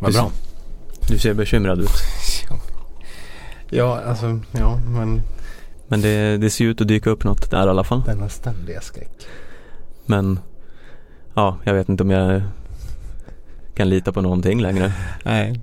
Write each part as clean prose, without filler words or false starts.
Vad bra. Du ser bekymrad ut. Ja, alltså, ja, Men det ser ut att dyka upp något där i alla fall. denna ständiga skräck. Men ja, jag vet inte om jag kan lita på någonting längre. Nej.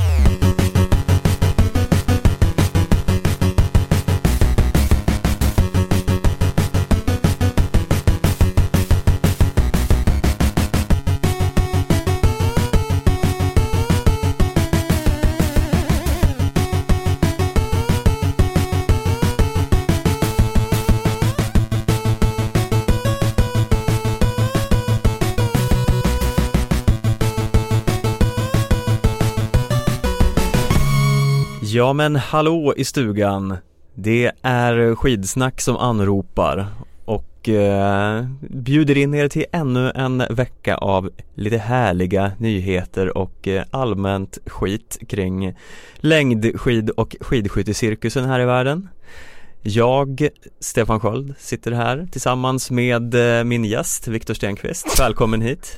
Ja men hallå i stugan. Det är Skidsnack som anropar och bjuder in er till ännu en vecka av lite härliga nyheter och allmänt skit kring längdskid- och skidskyttecirkusen här i världen. Jag, Stefan Sköld, sitter här tillsammans med min gäst Viktor Stenqvist. Välkommen hit.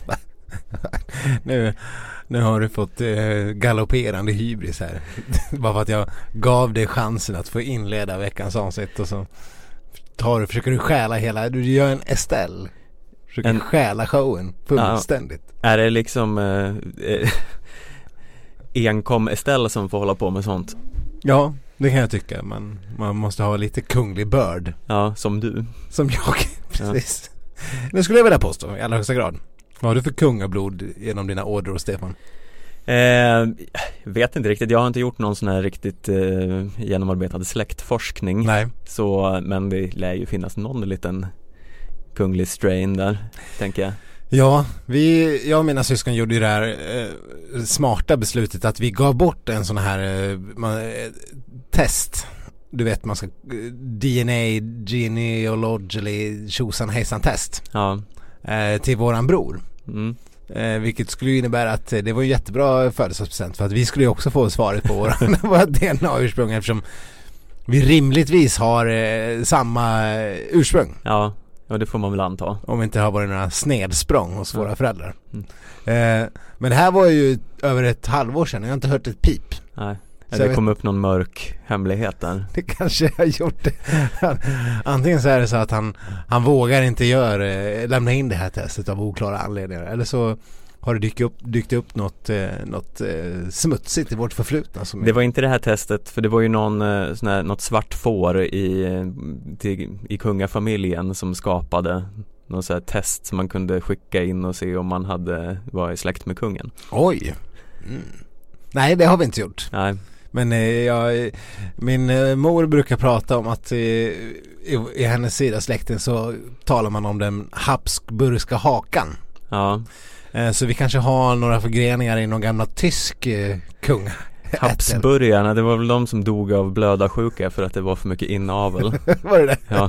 Nu har du fått galopperande hybris här. Bara för att jag gav dig chansen att få inleda veckans avsnitt och så försöker du stjäla hela, du gör en Estelle. Försöker stjäla showen fullständigt. Ja, är det liksom enkom Estelle som får hålla på med sånt? Ja, det kan jag tycka. Man måste ha lite kunglig börd. Ja, som du. Som jag, precis. Ja. Nu skulle jag vilja påstå i allra högsta grad. Vad har du för kungablod genom dina ådror, Stefan? Vet inte riktigt. Jag har inte gjort någon sån här riktigt genomarbetad släktforskning. Nej. Så, men det lär ju finnas någon liten kunglig strain där, tänker jag. Ja, jag och mina syskon gjorde ju det här smarta beslutet att vi gav bort en sån här test. Du vet, man ska DNA, genealogically, tjosan hejsan test. Ja. Till våran bror. Mm. Vilket skulle innebära att det var en jättebra födelsedagspresent för att vi skulle ju också få svaret på våra DNA-ursprung eftersom vi rimligtvis har samma ursprung. Ja, och det får man väl anta. Om vi inte har varit några snedsprång hos våra föräldrar. Men det här var ju över ett halvår sedan. Jag har inte hört ett pip. Nej. Det kom upp någon mörk hemlighet där. Det kanske har gjort det. Antingen så är det så att han vågar inte lämna in det här testet av oklara anledningar. Eller så har det dykt upp något smutsigt i vårt förflutna. Det var inte det här testet, för det var ju något svart får i kungafamiljen som skapade något så här test som man kunde skicka in och se om man var i släkt med kungen. Oj! Nej, det har vi inte gjort. Nej. Men min mor brukar prata om att i hennes sida släkten så talar man om den habsburgska hakan. Ja. Så vi kanske har några förgreningar i någon gamla tysk kung. Habsburgarna, det var väl de som dog av blödarsjuka för att det var för mycket inavel. Var det? Ja.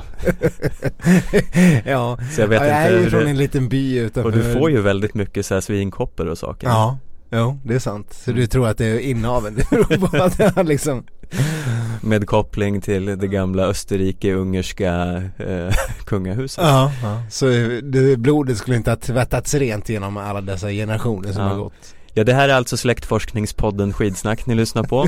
Ja. Så jag vet inte. Jag är ju från en liten by utanför. Och du får ju väldigt mycket så här svinkopper och saker. Ja. Jo, det är sant. Så du tror att det är inaveln? Det beror på att det liksom... Med koppling till det gamla Österrike-ungerska kungahuset. Ja. Så blodet skulle inte ha tvättats rent genom alla dessa generationer som har gått. Ja, det här är alltså släktforskningspodden Skidsnack ni lyssnar på.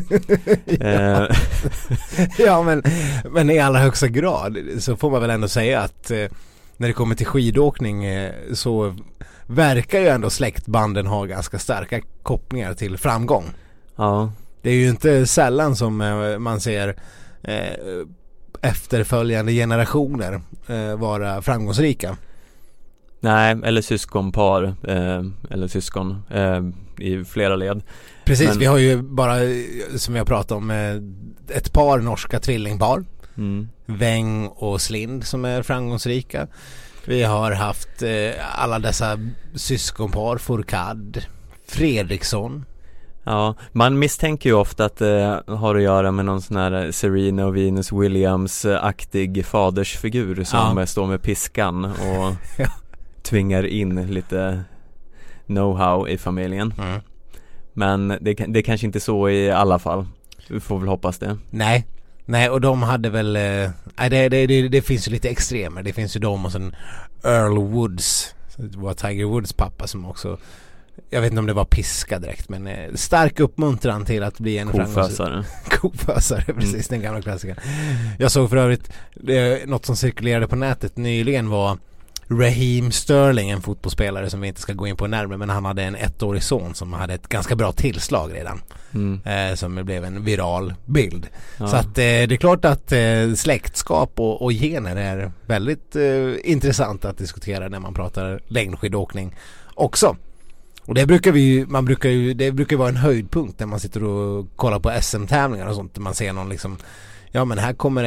Ja, men i allra högsta grad så får man väl ändå säga att när det kommer till skidåkning så verkar ju ändå släktbanden ha ganska starka kopplingar till framgång. Ja. Det är ju inte sällan som man ser efterföljande generationer vara framgångsrika. Nej, eller syskonpar eller syskon i flera led. Precis, men vi har ju bara, som jag pratade om, ett par norska tvillingpar. Weng och Slind som är framgångsrika. Vi har haft alla dessa syskonpar, Fourcade, Fredriksson. Ja, man misstänker ju ofta att det har att göra med någon sån här Serena och Venus Williams-aktig fadersfigur som står med piskan och tvingar in lite know-how i familjen. Men det kanske inte så i alla fall. Vi får väl hoppas det. Nej, och de hade väl det finns ju lite extremer. Det finns ju de och sen Earl Woods, det var Tiger Woods pappa som också jag vet inte om det var piska direkt, men stark uppmuntran till att bli en kofösare, precis, den gamla klassikern. Jag såg för övrigt något som cirkulerade på nätet nyligen var Raheem Sterling, en fotbollsspelare som vi inte ska gå in på närmare, men han hade en 1-årig son som hade ett ganska bra tillslag redan, som blev en viral bild. Så att det är klart att släktskap och gener är väldigt intressant att diskutera när man pratar längdskidåkning också. Och det brukar vara en höjdpunkt när man sitter och kollar på SM-tävlingar och sånt, där man ser någon liksom, ja men här kommer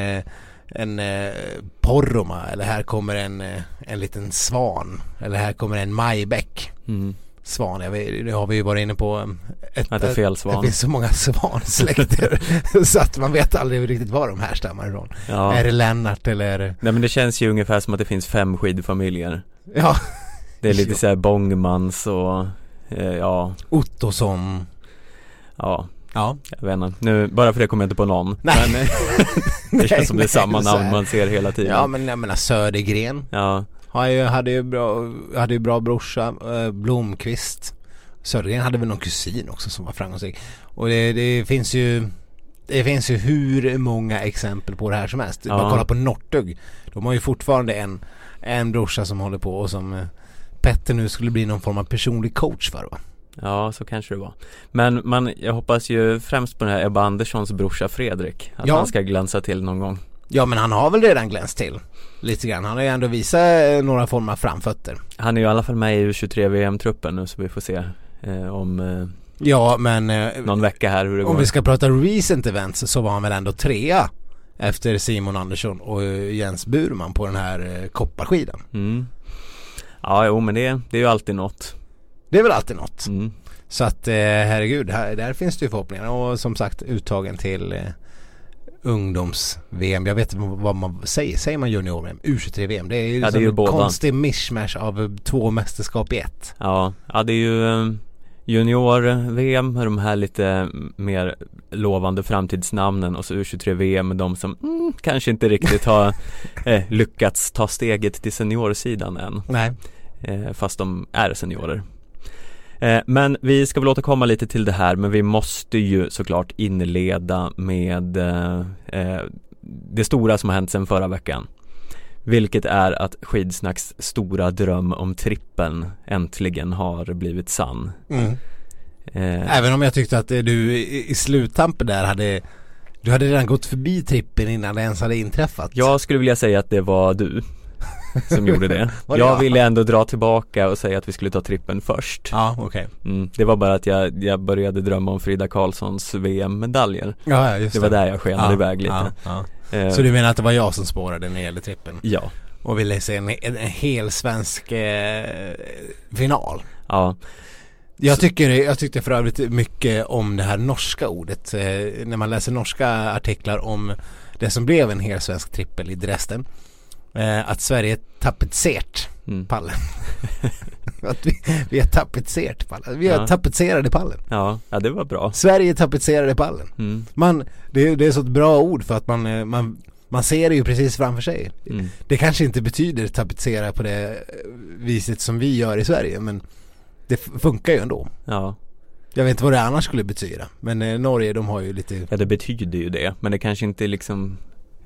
en porroma, eller här kommer en liten svan, eller här kommer en majbäck. Svan, det har vi ju varit inne på att det är fel svan. Det finns så många svansläkter så att man vet aldrig riktigt var de här stammar ifrån. Är det Lennart eller är det... Nej, men det känns ju ungefär som att det finns 5 skidfamiljer. Ja. Det är lite så här Bångmans och Ottosson. Ja, jag vet inte. Nu, bara för det kommer jag inte på någon. Nej. Men det känns som det är samma namn man ser hela tiden. Ja, men jag menar Södergren. Ja. Hade ju bra brorsa, Blomqvist. Södergren hade väl någon kusin också som var framgångsrik. Och det finns ju hur många exempel på det här som helst. Man kollar på Northug. De har ju fortfarande en brorsa som håller på och som Petter nu skulle bli någon form av personlig coach för, va? Ja, så kanske det var. Men jag hoppas ju främst på den här Ebba Anderssons brorsa Fredrik. Att han ska glänsa till någon gång. Ja, men han har väl redan glänst till lite grann. Han har ju ändå visat några former av framfötter. Han är ju i alla fall med i U23 VM-truppen nu, så vi får se om någon vecka här hur det går. Om vi ska prata recent events så var han väl ändå 3:a efter Simon Andersson och Jens Burman på den här kopparskidan. Ja, men det är ju alltid något. Det är väl alltid något. Så att herregud, där finns det ju förhoppningar. Och som sagt, uttagen till ungdoms-VM. Jag vet inte vad man säger. Säger man junior-VM? U23-VM. Det är ju, det är ju en konstig mishmash av 2 mästerskap i ett. Ja, det är ju junior-VM med de här lite mer lovande framtidsnamnen, och så U23-VM med de som kanske inte riktigt har lyckats ta steget till seniorsidan än. Nej. Fast de är seniorer. Men vi ska väl återkomma lite till det här, men vi måste ju såklart inleda med det stora som har hänt sedan förra veckan. Vilket är att Skidsnacks stora dröm om trippen äntligen har blivit sann. Även om jag tyckte att du i sluttampen där hade redan gått förbi trippen innan det ens hade inträffat. Jag skulle vilja säga att det var du som gjorde det. Jag ville ändå dra tillbaka och säga att vi skulle ta trippen först. Ja, okej. Det var bara att jag började drömma om Frida Karlssons VM-medaljer. Ja, just det. Det var där jag skenade iväg lite. Så du menar att det var jag som spårade när det gällde trippen? Ja. Och ville se en hel svensk final. Ja. Jag tyckte för övrigt mycket om det här norska ordet. När man läser norska artiklar om det som blev en hel svensk trippel i Dresden. Att Sverige tapetserat pallen. Att vi har tapetserat pallen. Vi har tapetserade pallen. Ja, det var bra. Sverige tapetserade pallen. Det är så ett bra ord för att man ser det ju precis framför sig. Det kanske inte betyder tapetsera på det viset som vi gör i Sverige, men det funkar ju ändå. Ja. Jag vet inte vad det annars skulle betyda, men Norge, de har ju lite... Ja, det betyder ju det, men det kanske inte liksom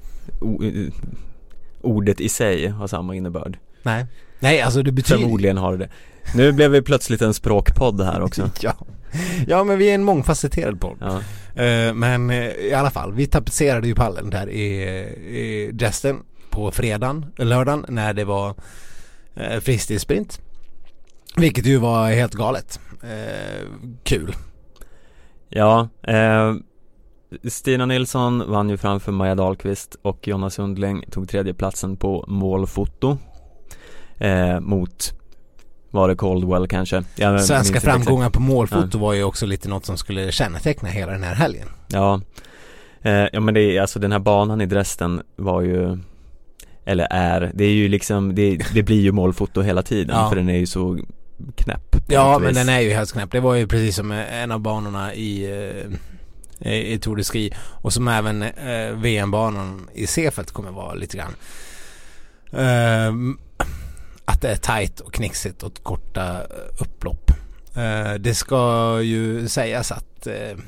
ordet i sig har samma innebörd. Nej, alltså det betyder... Förmodligen har det. Nu blev vi plötsligt en språkpodd här också. Ja, men vi är en mångfacetterad podd. Ja. Men i alla fall, vi tapetserade ju pallen där i Dresden på lördagen när det var fristilsprint. Vilket ju var helt galet. Kul. Ja, Stina Nilsson vann ju framför Maja Dahlqvist, och Jonas Sundling tog 3:e platsen på målfoto mot, var det Caldwell kanske? Svenska framgångar på målfoto var ju också lite något som skulle känneteckna hela den här helgen. Ja, men det är alltså den här banan i Dresden var ju, eller det är ju liksom det blir ju målfoto hela tiden, för den är ju så knäpp. Ja, men den är ju helt knäpp. Det var ju precis som en av banorna i Tour de Ski, och som även VM-banan i Seefeld kommer vara lite grann. Att det är tajt och knixigt och korta upplopp. Det ska ju sägas att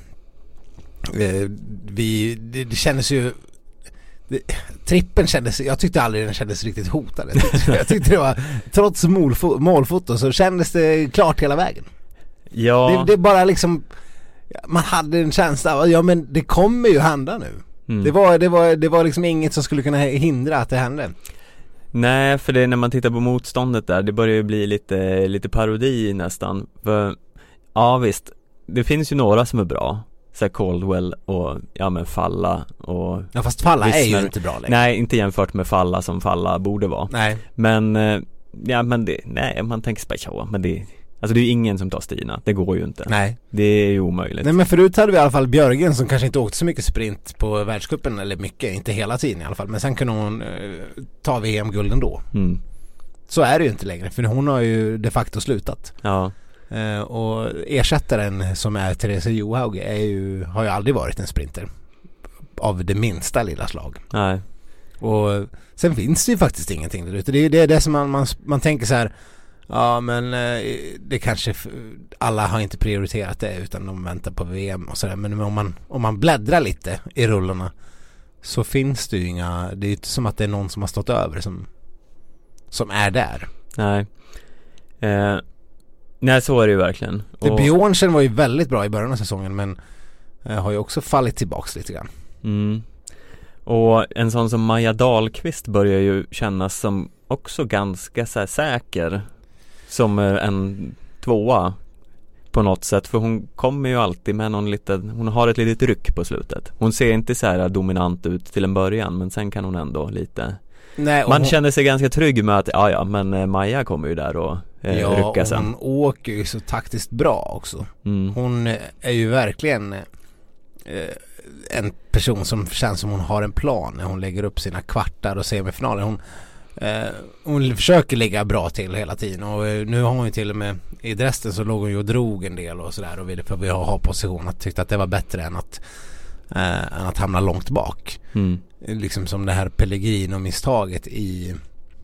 det kändes ju trippen kändes, jag tyckte aldrig den kändes riktigt hotad. Jag tyckte det var, trots målfoto så kändes det klart hela vägen. Ja. Det bara liksom, man hade en känsla av, ja men det kommer ju hända nu. Det var liksom inget som skulle kunna hindra att det hände. Nej, för det, när man tittar på motståndet där, det börjar ju bli lite parodi nästan. För, ja visst, det finns ju några som är bra, så Caldwell och Falla och... Ja, fast Falla Wissner är ju inte bra längre. Nej, inte jämfört med Falla som Falla borde vara. Nej. Men, man tänker så, men det... Alltså det är ju ingen som tar Stina, det går ju inte. Nej. Det är ju omöjligt. Nej, men förut hade vi i alla fall Björgen som kanske inte åkte så mycket sprint på världscupen, eller mycket, inte hela tiden i alla fall. Men sen kunde hon ta VM-gulden då. Så är det ju inte längre, för hon har ju de facto slutat. Ja. Och ersättaren som är Therese Johaug har ju aldrig varit en sprinter av det minsta lilla slag. Nej. Och sen finns det ju faktiskt ingenting där ute. Det är det som man tänker så här. Ja, men det kanske alla har inte prioriterat det utan de väntar på VM och sådär. Men om man bläddrar lite i rullorna så finns det ju inga, det är ju inte som att det är någon som har stått över som är där. Nej. Nej, så är det ju verkligen. Björnsen var ju väldigt bra i början av säsongen, men har ju också fallit tillbaks lite grann. Och en sån som Maja Dahlqvist börjar ju kännas som också ganska så här säker, som en tvåa på något sätt, för hon kommer ju alltid med hon har ett litet ryck på slutet. Hon ser inte så här dominant ut till en början, men sen kan hon ändå lite... Nej, man känner sig ganska trygg med att men Maja kommer ju där och rycka sen. Hon åker ju så taktiskt bra också. Hon är ju verkligen en person som känns som hon har en plan när hon lägger upp sina kvartar och semifinaler. Hon försöker ligga bra till hela tiden, och nu har hon ju till och med i Dresden så låg hon ju och drog en del och sådär, och ville för att ha position, att tyckte att det var bättre än att hamna långt bak. Liksom som det här Pellegrino-misstaget i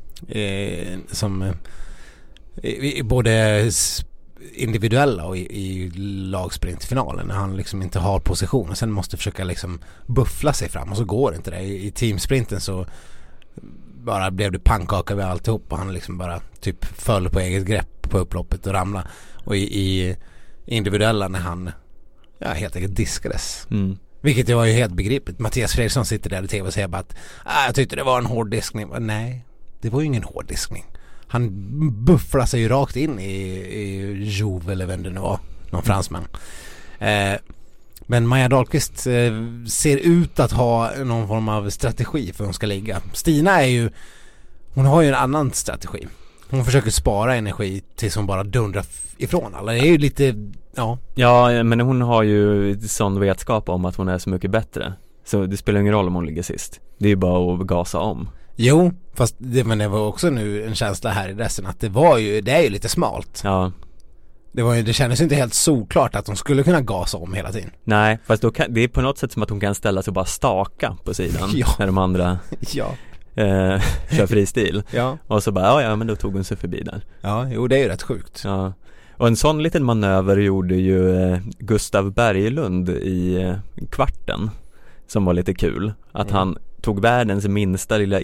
både individuella och i lagsprintfinalen, när han liksom inte har position och sen måste försöka liksom buffla sig fram, och så går det inte det. I teamsprinten så bara blev det pannkaka över alltihop, och han liksom bara typ föll på eget grepp på upploppet och ramlade. Och i individuella när han helt enkelt diskades. Vilket var ju helt begripligt. Mattias Fredriksson sitter där i tv och säger bara att jag tyckte det var en hård diskning. Nej, det var ju ingen hård diskning. Han bufflade sig ju rakt in i Jouve eller vem det nu var, någon fransman. Men Maja Dahlqvist ser ut att ha någon form av strategi för hon ska ligga. Stina hon har ju en annan strategi. Hon försöker spara energi tills hon bara dundrar ifrån alla. Det är ju lite, Ja, men hon har ju sån vetskap om att hon är så mycket bättre. Så det spelar ingen roll om hon ligger sist. Det är ju bara att gasa om. Jo, fast det var också nu en känsla här i resten att det är ju lite smalt. Ja. Det kändes inte helt såklart att hon skulle kunna gasa om hela tiden. Nej, fast det är på något sätt som att hon kan ställa sig och bara staka på sidan när de andra kör fristil. Och så bara, men då tog hon sig förbi där. Ja, jo, det är ju rätt sjukt. Ja. Och en sån liten manöver gjorde ju Gustav Berglund i kvarten, som var lite kul. Att han tog världens minsta lilla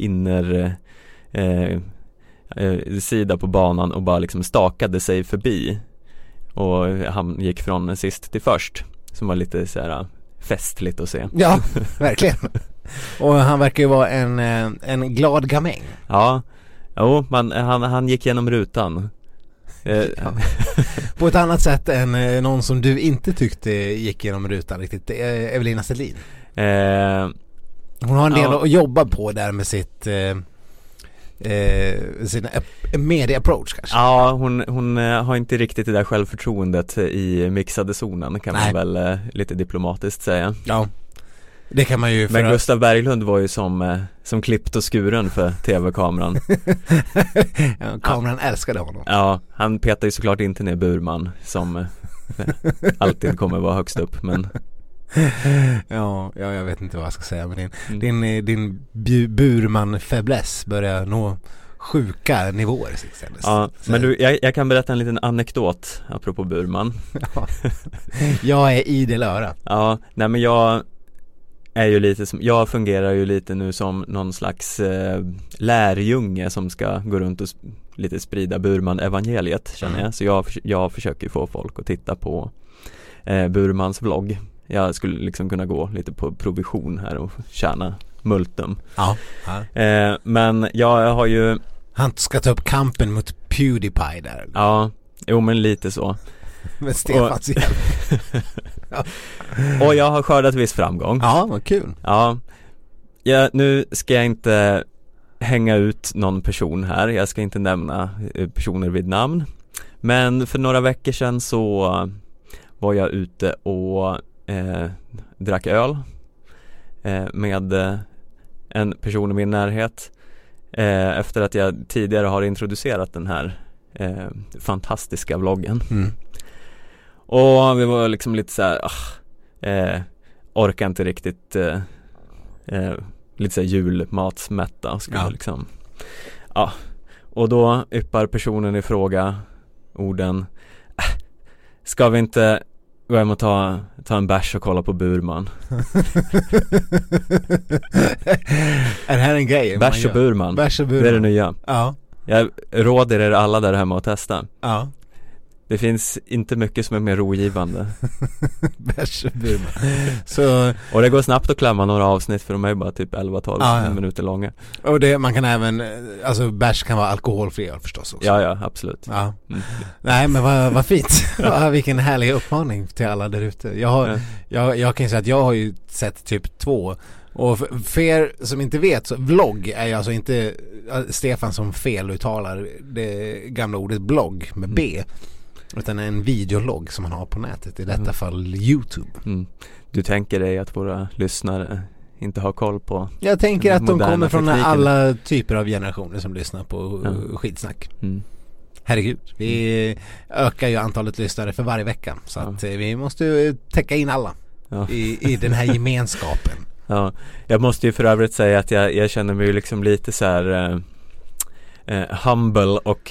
sida på banan och bara liksom stakade sig förbi. Och han gick från sist till först, som var lite så här festligt att se. Ja, verkligen. Och han verkar ju vara en glad gamäng. Ja, han gick genom rutan. På ett annat sätt än någon som du inte tyckte gick genom rutan riktigt, Evelina Selin. Hon har en del att jobba på där med sin media approach kanske. Ja, hon har inte riktigt det där självförtroendet i mixade zonen, kan man väl lite diplomatiskt säga. Ja, det kan man ju. Men Gustav Berglund var ju som klippt och skuren för tv-kameran. Kameran älskade honom. Ja, han petar ju såklart inte ner Burman, som alltid kommer vara högst upp, men ja, jag vet inte vad jag ska säga, men din Burman fäbless börjar nå sjuka nivåer. Ja, men du, jag kan berätta en liten anekdot apropå Burman. Ja. Jag är idel öra. Ja, nej men jag är ju lite som, jag fungerar ju lite nu som någon slags lärjunge som ska gå runt och lite sprida Burman-evangeliet, känner jag. Så jag försöker få folk att titta på Burmans vlogg. Jag skulle liksom kunna gå lite på provision här och tjäna multum. Ja. Men jag har ju... Han ska ta upp kampen mot PewDiePie där. Ja, jo men lite så. Med Stefans hjälp. Ja. Och jag har skördat viss framgång. Ja, vad kul. Ja, nu ska jag inte hänga ut någon person här. Jag ska inte nämna personer vid namn. Men för några veckor sedan så var jag ute och drack öl med en person i min närhet efter att jag tidigare har introducerat den här fantastiska vloggen. Och vi var liksom lite så här orkar inte riktigt lite så här julmatsmätta liksom. Ja. Och då yppar personen i fråga orden: ska vi inte gå hem och ta en bärs och kolla på Burman? Är det här en grej? Bärs och Burman. Det är det nya. Ja. Jag råder er alla där hemma att testa. Ja. Det finns inte mycket som är mer rogivande. Bärs och Burman. Så... Och det går snabbt att klämma några avsnitt, för de är ju bara typ 11-12 minuter långa. Och det, man kan även, alltså bärs kan vara alkoholfri förstås också. Ja, absolut. Ja. Nej, men vad fint. Vilken härlig uppmaning till alla där ute. Jag kan ju säga att jag har ju sett typ 2. Och för er som inte vet, så vlogg är ju alltså inte Stefan som feluttalar det gamla ordet blogg med B, utan en videologg som man har på nätet, i detta fall YouTube. Du tänker dig att våra lyssnare inte har koll på... Jag tänker att de kommer från alla typer av generationer som lyssnar på skitsnack. Herregud, vi ökar ju antalet lyssnare för varje vecka, så att vi måste täcka in alla i den här gemenskapen. Ja, jag måste ju för övrigt säga att jag känner mig liksom lite så här humble och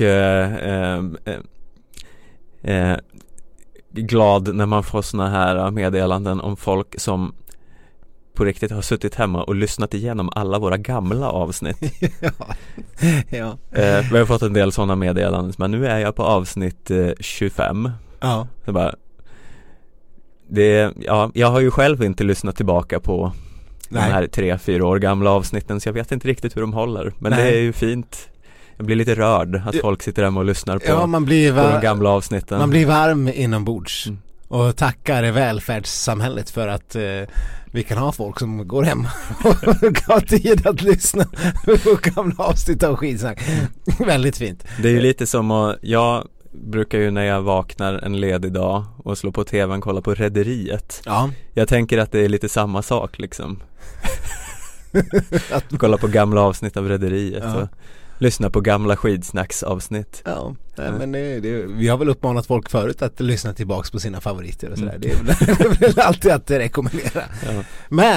glad när man får såna här meddelanden om folk som på riktigt har suttit hemma och lyssnat igenom alla våra gamla avsnitt. Ja. Vi har fått en del sådana meddelanden, men nu är jag på avsnitt 25. Ja. Så bara, jag har ju själv inte lyssnat tillbaka på de här 3-4 år gamla avsnitten, så jag vet inte riktigt hur de håller. Men det är ju fint. Jag blir lite rörd att folk sitter hemma och lyssnar på, på de gamla avsnitten. Man blir varm inombords och tackar välfärdssamhället för att vi kan ha folk som går hem och har tid att lyssna på gamla avsnitt av skitsnack. Väldigt fint. Det är ju lite som att jag brukar ju när jag vaknar en ledig dag och slår på tvn kolla på Rederiet. Ja. Jag tänker att det är lite samma sak liksom. Att kolla på gamla avsnitt av Rederiet och lyssna på gamla skidsnacksavsnitt. Ja, men vi har väl uppmanat folk förut att lyssna tillbaks på sina favoriter och sådär. Det är väl alltid att rekommendera. Ja. Men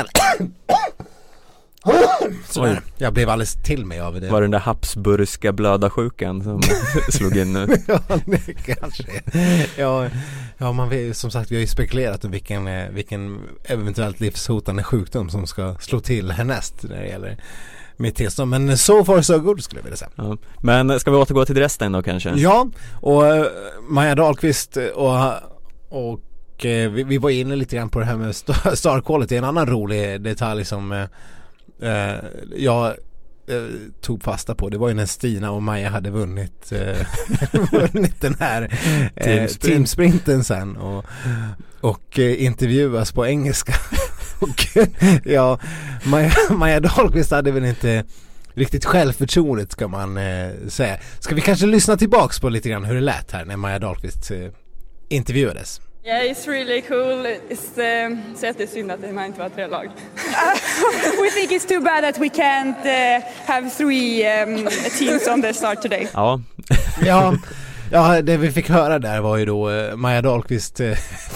jag blev alldeles till mig av det. Var den där habsburgska blödarsjukan som slog in nu? Ja, det kanske. Ja, man vet, som sagt, vi har ju spekulerat om vilken eventuellt livshotande sjukdom som ska slå till härnäst när det gäller mitt tillstånd. Men so far so good, skulle jag vilja säga. Ja. Men ska vi återgå till resten då kanske? Ja, och Maja Dahlqvist och vi var inne lite grann på det här med star quality. En annan rolig detalj som jag tog fasta på, det var ju när Stina och Maja hade vunnit den här teamsprinten sen och intervjuas på engelska. Och Maja Dahlqvist hade väl inte riktigt självförtroendet, ska man säga. Ska vi kanske lyssna tillbaks på lite grann hur det lät här när Maja Dahlqvist intervjuades? Yeah, it's really cool. Så att det är synd att det inte var 3 lag. We think it's too bad that we can't have 3 teams on the start today. Ja, det vi fick höra där var ju då Maja Dahlqvist fick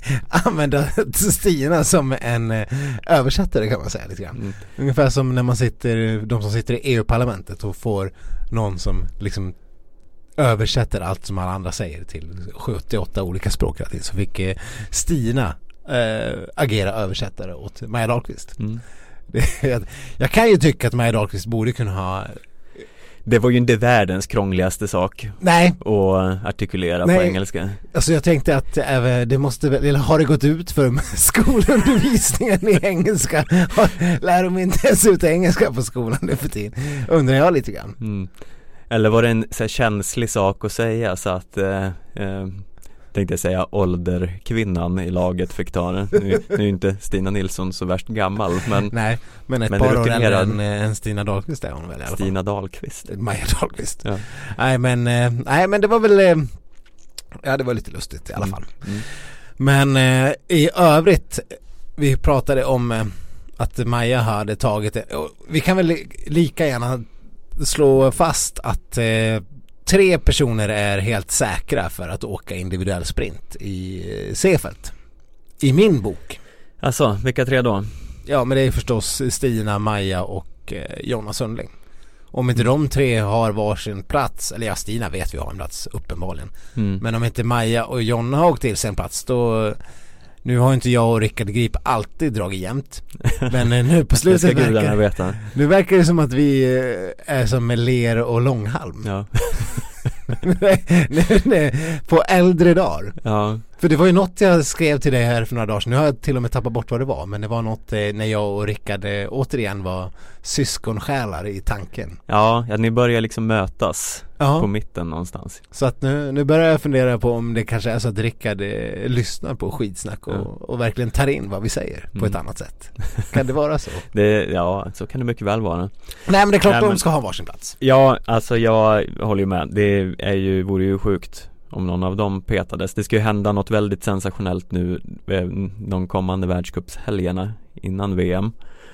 använda Stina som en översättare, kan man säga lite grann. Ungefär som när de som sitter i EU-parlamentet och får någon som liksom översätter allt som alla andra säger till 78 olika språk. Så fick Stina agera översättare åt Maja Dahlqvist. Jag kan ju tycka att Maja Dahlqvist borde kunna ha... Det var ju inte världens krångligaste sak. Nej. Att artikulera på engelska. Alltså jag tänkte att det måste väl, eller har det gått ut för skolundervisningen i engelska? Lär de inte ens ut engelska på skolan nu för tiden? Undrar jag lite grann. Eller var det en så här känslig sak att säga, så att tänkte jag säga ålderkvinnan i laget fick ta det. Nu är ju inte Stina Nilsson så värst gammal, men nej, men ett par år äldre än Stina Dahlqvist är hon väl i alla fall. Stina Dahlqvist. Maja Dahlqvist. Ja. Nej men det var väl det var lite lustigt i alla fall. Men i övrigt, vi pratade om att Maja hade tagit det. Vi kan väl lika gärna slå fast att 3 personer är helt säkra för att åka individuell sprint i Seefeld. I min bok. Alltså, vilka 3 då? Ja, men det är förstås Stina, Maja och Jonna Sundling. Om inte de 3 har varsin plats, eller ja, Stina vet vi har en plats uppenbarligen. Men om inte Maja och Jonna har åkt till sin plats, då... Nu har inte jag och Rickard Grip alltid dragit jämnt. Men nu på slutet verkar det som att vi är som med ler och långhalm. Ja. På äldre dagar. Ja. För det var ju något jag skrev till dig här för några dagar sedan. Nu har jag till och med tappat bort vad det var. Men det var något när jag och Rickard återigen var syskonsjälar i tanken. Ja, ni börjar liksom mötas på mitten någonstans. Så att nu börjar jag fundera på om det kanske är så att Rickard lyssnar på skitsnack och verkligen tar in vad vi säger på ett annat sätt. Kan det vara så? Ja, så kan det mycket väl vara. Nej, men det är klart att de ska ha varsin plats. Ja, alltså jag håller ju med. Det vore ju sjukt om någon av dem petades. Det ska ju hända något väldigt sensationellt nu de kommande världscupshelgerna innan VM.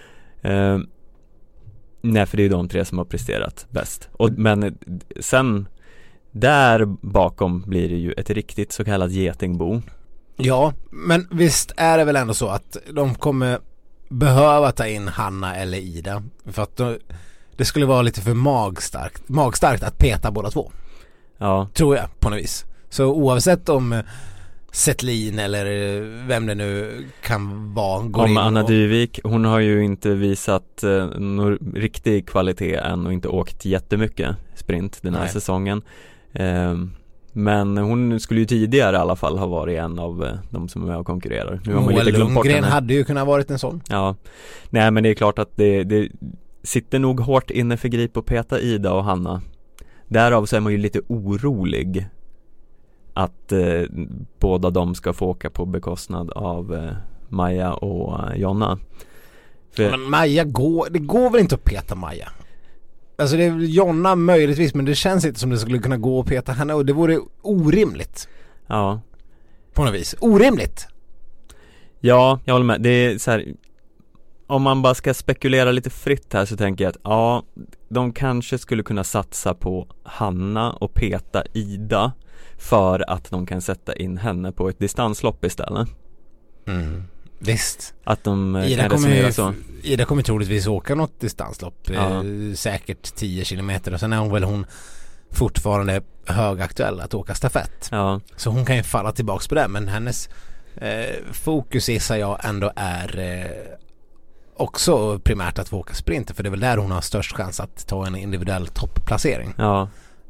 Nej, för det är ju de 3 som har presterat bäst. Men sen där bakom blir det ju ett riktigt så kallat getingbo. Ja, men visst är det väl ändå så att de kommer behöva ta in Hanna eller Ida. För att det skulle vara lite för magstarkt att peta båda 2. Ja. Tror jag på något vis. Så oavsett om Settlin eller vem det nu kan vara går in Anna Dyvik, hon har ju inte visat någon riktig kvalitet än och inte åkt jättemycket sprint den här säsongen. Men hon skulle ju tidigare i alla fall ha varit en av de som är med och konkurrerar. Nu har man lite glömt bort henne. Hade ju kunnat varit en sån. Ja. Nej, men det är klart att det sitter nog hårt inne för Grip och peta Ida och Hanna. Därav så är man ju lite orolig att båda de ska få åka på bekostnad av Maja och Jonna. Men Maja det går väl inte att peta Maja? Alltså det är Jonna möjligtvis, men det känns inte som det skulle kunna gå att peta henne, och det vore orimligt. Ja. På något vis. Orimligt. Ja, jag håller med. Det är så här, om man bara ska spekulera lite fritt här så tänker jag att de kanske skulle kunna satsa på Hanna och peta Ida för att de kan sätta in henne på ett distanslopp istället. Visst. Att de kan resonera så. Ida kommer troligtvis åka något distanslopp. Säkert 10 kilometer. Och sen är hon fortfarande högaktuell att åka stafett. Ja. Så hon kan ju falla tillbaks på det. Men hennes fokus gissar jag ändå är också primärt att få åka sprint. För det är väl där hon har störst chans att ta en individuell toppplacering. Ja.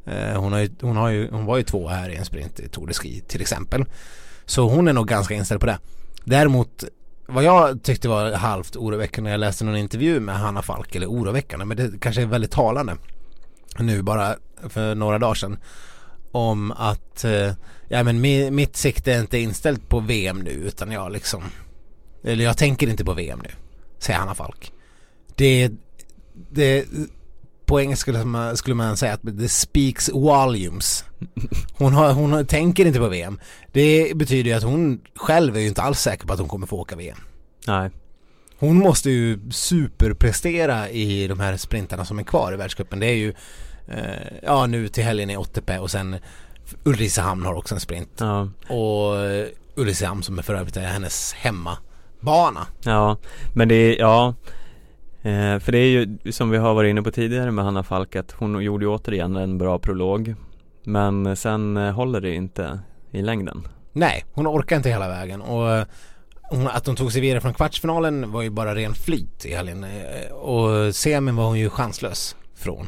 Hon var ju 2 här i en sprint i Tour de Ski till exempel. Så hon är nog ganska inställd på det. Däremot, vad jag tyckte var halvt oroväckande när jag läste någon intervju med Hanna Falk, eller oroväckande, men det kanske är väldigt talande nu bara för några dagar sedan, om att mitt sikte är inte inställt på VM nu, utan jag tänker inte på VM nu, säger Hanna Falk. Det på engelska skulle man säga att det speaks volumes. Hon tänker inte på VM. Det betyder ju att hon själv är ju inte alls säker på att hon kommer få åka VM. Nej. Hon måste ju superprestera i de här sprintarna som är kvar i världscupen. Det är ju nu till helgen i 80p och sen Ulricehamn har också en sprint. Ja. Och Ulricehamn som är för övrigt hennes hemmabana. Ja, men det är, för det är ju som vi har varit inne på tidigare med Hanna Falk, att hon gjorde ju återigen en bra prolog, men sen håller det inte i längden. Nej, hon orkar inte hela vägen, och att hon tog sig vidare från kvartsfinalen var ju bara ren flyt i helgen, och semin var hon ju chanslös från.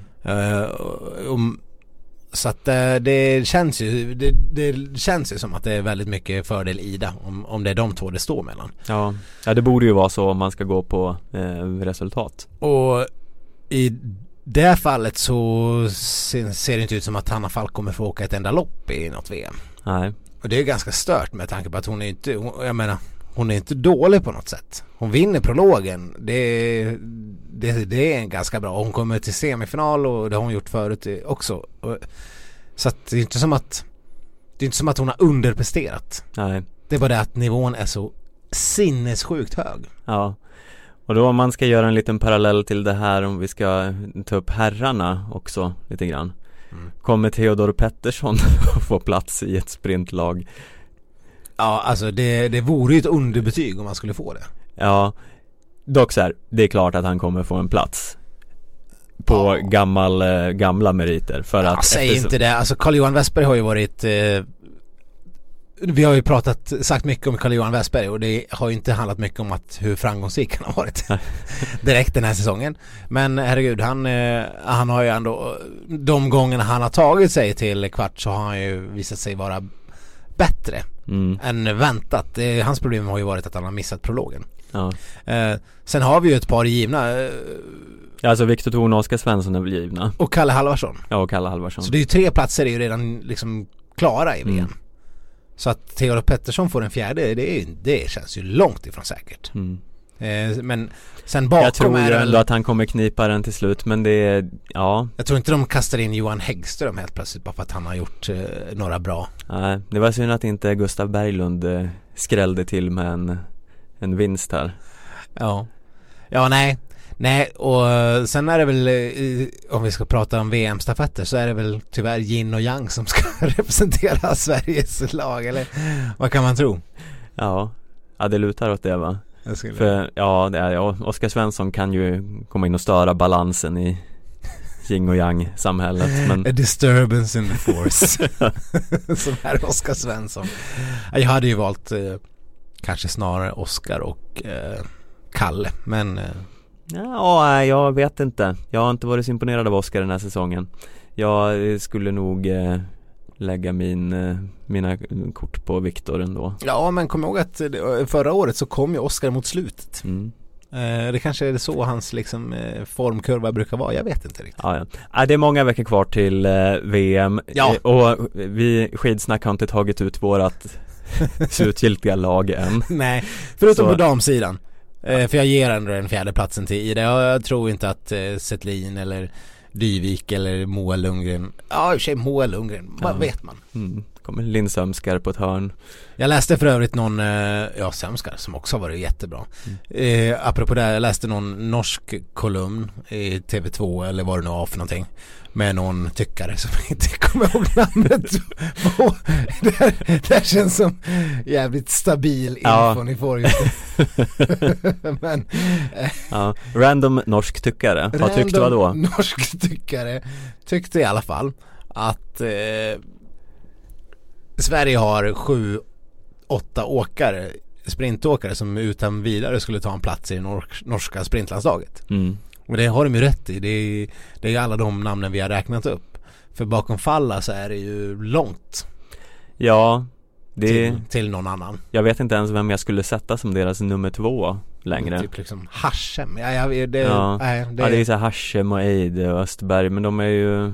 Så att det känns ju det känns ju som att det är väldigt mycket fördel Ida om det är de två det står mellan. Ja, det borde ju vara så om man ska gå på resultat. Och i det fallet så ser det inte ut som att Hanna Falk kommer få åka ett enda lopp i något VM. Nej. Och det är ganska stört med tanke på att hon är inte dålig på något sätt. Hon vinner prologen. Det är ganska bra. Hon kommer till semifinal, och det har hon gjort förut också. Så att det är inte som att hon har underpresterat. Nej. Det är bara det att nivån är så sinnessjukt hög. Ja. Och då om man ska göra en liten parallell till det här, om vi ska ta upp herrarna också lite grann. Kommer Theodor Pettersson att få plats i ett sprintlag? Ja, alltså det vore ju ett underbetyg om man skulle få det. Ja, dock så här, det är klart att han kommer få en plats på gamla meriter. För att säg inte det. Alltså Carl-Johan Westberg har ju varit... vi har ju sagt mycket om Carl-Johan Westberg, och det har ju inte handlat mycket om hur framgångsrik han har varit direkt den här säsongen. Men herregud, han har ju ändå, de gångerna han har tagit sig till kvart, så har han ju visat sig vara bättre än väntat. Hans problem har ju varit att han har missat prologen. Ja. Sen har vi ju ett par givna. Alltså Viktor Thorn och Oskar Svensson är väl givna. Och Kalle Halvarsson. Ja, och Kalle Halvarsson. Så det är ju 3 platser är ju redan liksom klara i VM. Så att Theodor Pettersson får en 4:e, det känns ju långt ifrån säkert. Men sen bakom, jag tror ju ändå att han kommer knipa den till slut, men det är, ja. Jag tror inte de kastar in Johan Häggström helt plötsligt bara för att han har gjort några bra. Nej, det var synd att inte Gustav Berglund skrällde till med en vinst här. Ja, nej, och sen är det väl, om vi ska prata om VM-stafetter, så är det väl tyvärr Yin och Yang som ska representera Sveriges lag, eller vad kan man tro? Ja, det lutar åt det, va? För Oskar Svensson kan ju komma in och störa balansen i Yin och Yang-samhället, men... A disturbance in the force. Som är Oskar Svensson. Jag hade ju valt kanske snarare Oskar och Kalle, men... Ja, jag vet inte. Jag har inte varit så imponerad av Oskar den här säsongen. Jag skulle nog lägga mina kort på Viktor ändå. Ja, men kom ihåg att förra året så kom ju Oskar mot slutet. Det kanske är så hans liksom, formkurva brukar vara. Jag vet inte riktigt. Ja, det är många veckor kvar till VM. Ja. Och vi Skidsnack har inte tagit ut vårat slutgiltiga lag än. Nej, förutom på damsidan. För jag ger ändå den 4:e platsen till Ida. Jag tror inte att Settlin eller Dyvik eller Moa Lundgren. Ja, i och för sig Moa Lundgren. Vad vet man? Kommer Linn Sömskar på ett hörn. Jag läste för övrigt någon Sömskar som också har varit jättebra. Apropå det, jag läste någon norsk kolumn i TV2 eller vad det nu var för någonting, med någon tyckare som inte kommer ihåg namnet på. Det känns som jävligt stabil info ni får just. Men random norsk tyckare. Vad tyckte du då? Norsk tyckare tyckte i alla fall att Sverige har 7-8 åkare, sprintåkare, som utan vidare skulle ta en plats i det norska sprintlandslaget. Och det har de ju rätt i. Det är alla de namnen vi har räknat upp. För bakom Falla så är det ju långt. Ja, till någon annan. Jag vet inte ens vem jag skulle sätta som deras nummer 2 längre. Typ liksom Haschem. Det är så här Haschem och Eide och Östberg, men de är ju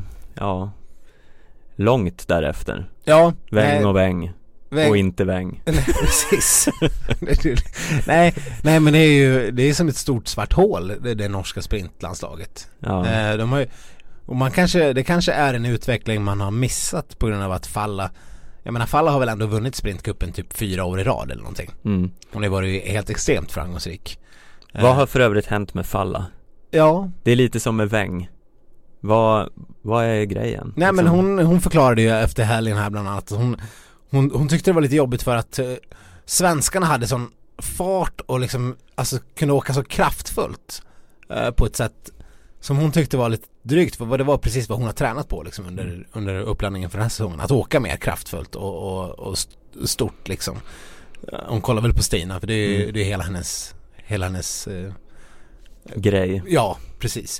långt därefter. Ja, Väng och Väng. Och inte Väng. Nej, precis. nej, men det är som ett stort svart hål, det norska sprintlandslaget. Ja. De har ju, och det kanske är en utveckling man har missat på grund av att Falla. Jag menar, Falla har väl ändå vunnit sprintcupen typ 4 år i rad eller någonting. Och det var ju helt extremt framgångsrik. Vad har för övrigt hänt med Falla? Ja, det är lite som med Väng. Vad är grejen? Nej, men hon förklarade ju efter helgen här bland annat att hon tyckte det var lite jobbigt för att svenskarna hade sån fart och liksom alltså kunde åka så kraftfullt på ett sätt som hon tyckte var lite drygt, för det var precis vad hon har tränat på liksom under uppladdningen för den här säsongen, att åka mer kraftfullt och stort liksom. Hon kollar väl på Stina, för det är hela hennes grej. Ja, precis.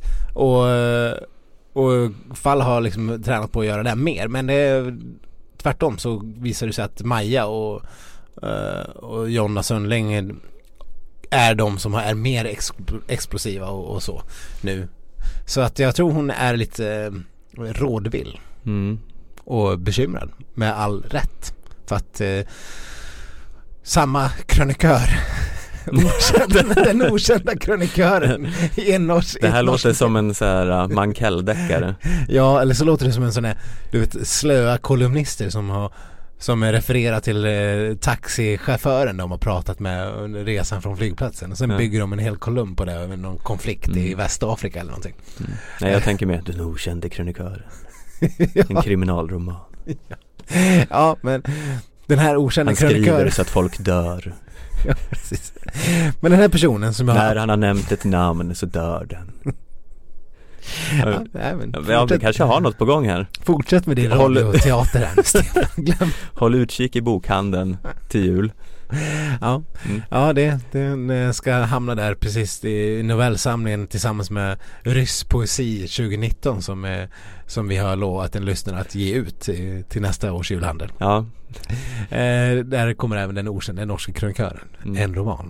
Och Fall har liksom tränat på att göra det mer, men tvärtom så visar det sig att Maja och Jonna Sundling är de som är mer explosiva och så nu. Så att jag tror hon är lite rådvill och bekymrad med all rätt. För att samma krönikör den okända krönikören i en norsk. Det här låter som en så här Mankell-deckare. Ja, eller så låter det som en sån här, du vet, slöa kolumnister som refererar till taxichauffören de har pratat med under resan från flygplatsen, och sen bygger de en hel kolumn på det över någon konflikt i Västafrika eller någonting. Nej, jag tänker mer den okände krönikören. En kriminalroman. Ja, men den här okända krönikören, han skriver krönikören så att folk dör. Ja, precis. Men den här personen som när han har nämnt ett namn så dör den. Vi kanske har något på gång här. Fortsätt med din radioteater här, Stefan. Håll utkik i bokhandeln till jul. Ja, den ska hamna där precis i novellsamlingen tillsammans med Ryss poesi 2019 som vi har lovat en lyssnare att ge ut till nästa års julhandel. Ja. Där kommer även den norska krönikören, en roman.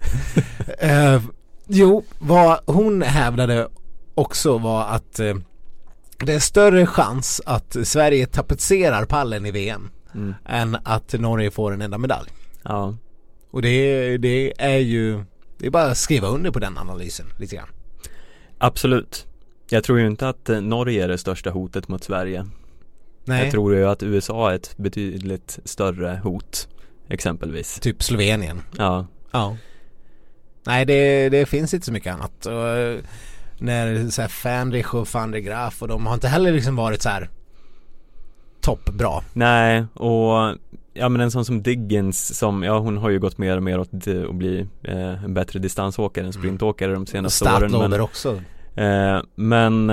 Vad hon hävdade också var att det är större chans att Sverige tapetserar pallen i VM än att Norge får en enda medalj. Ja. Och det är ju, det är bara att skriva under på den analysen lite grann. Absolut. Jag tror ju inte att Norge är det största hotet mot Sverige. Nej. Jag tror ju att USA är ett betydligt större hot, exempelvis. Typ Slovenien. Ja. Nej, det finns inte så mycket annat. Och när så här Fandrich och van der Graaf och de har inte heller liksom varit så här toppbra. Nej, och ja, men en sån som Diggins som, hon har ju gått mer och mer åt att bli en bättre distansåkare än sprintåkare de senaste åren. Men också. Men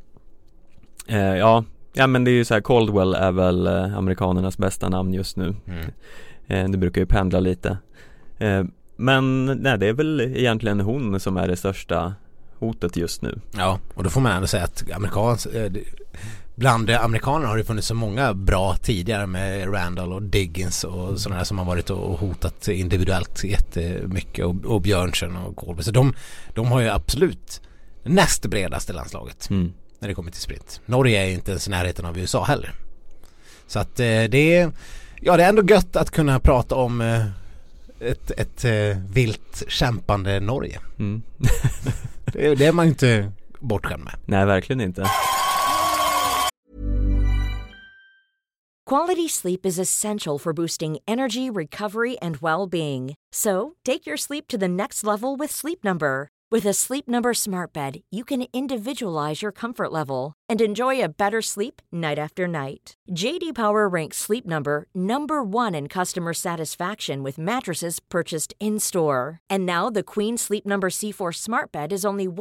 det är ju så här, Caldwell är väl amerikanernas bästa namn just nu. Det brukar ju pendla lite. Men nej, det är väl egentligen hon som är det största hotet just nu. Ja, och då får man ändå säga att bland amerikanerna har det funnits så många bra tidigare med Randall och Diggins och sådana där som har varit och hotat individuellt jättemycket, och Björnsen och Kolbe. Så de har ju absolut näst bredaste landslaget när det kommer till sprint. Norge är ju inte ens i närheten av USA heller. Så att det är ändå gött att kunna prata om ett vilt kämpande Norge. Det är man inte bortskämd med. Nej, verkligen inte. Quality sleep is essential for boosting energy, recovery, and well-being. So, take your sleep to the next level with Sleep Number. With a Sleep Number smart bed, you can individualize your comfort level and enjoy a better sleep night after night. JD Power ranks Sleep Number #1 in customer satisfaction with mattresses purchased in-store. And now the Queen Sleep Number C4 smart bed is only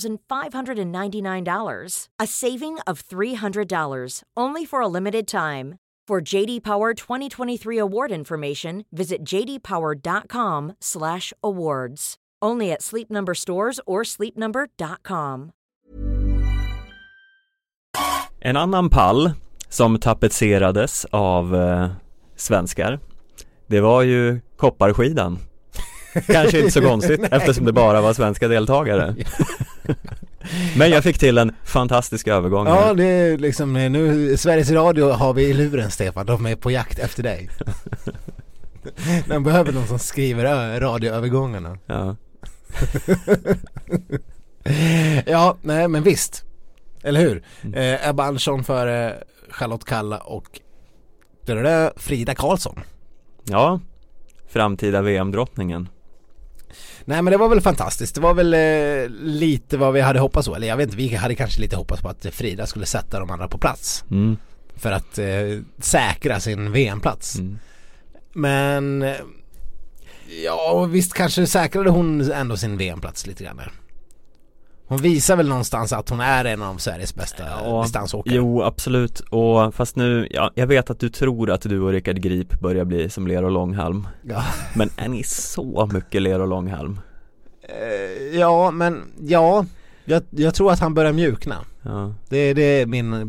$1,599. A saving of $300, only for a limited time. For JD Power 2023 award information, visit jdpower.com/awards. Only at Sleep Number stores or sleepnumber.com. En annan pall som tapetserades av svenskar, det var ju kopparskidan. Kanske inte så konstigt eftersom det bara var svenska deltagare. Men jag fick till en fantastisk övergång. Ja, det är liksom nu Sveriges Radio har vi i luren, Stefan. De är på jakt efter dig. De behöver någon som skriver radioövergångarna. Ja. Ja, nej men visst. Eller hur? Ebba Andersson för Charlotte Kalla och Frida Karlsson. Ja, framtida VM-drottningen. Nej, men det var väl fantastiskt. Det var väl lite vad vi hade hoppats på. Eller jag vet inte, vi hade kanske lite hoppats på att Frida skulle sätta de andra på plats. för att säkra sin VM-plats. Men ja, visst kanske säkrade hon ändå sin VM-plats lite grann där. Hon visar väl någonstans att hon är en av Sveriges bästa distansåkare. Jo, absolut. Och fast nu, jag vet att du tror att du och Rickard Grip börjar bli som Ler och Långhalm. Ja. Men är ni så mycket Ler och Långhalm? Ja, men jag tror att han börjar mjukna. Ja. Det är min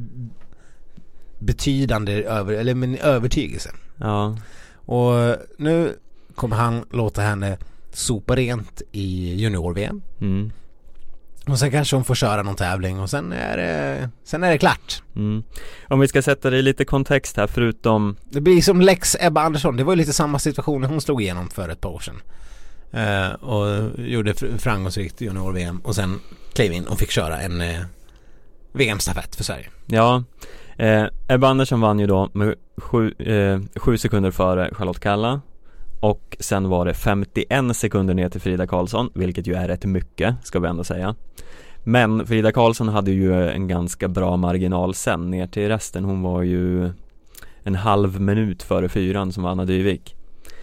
betydande min övertygelse. Ja. Och nu kommer han låta henne sopa rent i junior-VM. Och sen kanske hon får köra någon tävling och sen är det klart. Om vi ska sätta det i lite kontext här, förutom... Det blir som Lex Ebba Andersson. Det var ju lite samma situation hon slog igenom för ett par år sedan. Och gjorde framgångsrikt junior-VM och sen klev in och fick köra en VM-stafett för Sverige. Ja, Ebba Andersson vann ju då med 7 sekunder före Charlotte Kalla. Och sen var det 51 sekunder ner till Frida Karlsson, vilket ju är rätt mycket, ska vi ändå säga. Men Frida Karlsson hade ju en ganska bra marginal sen ner till resten. Hon var ju en halv minut före 4 som var Anna Dyvik.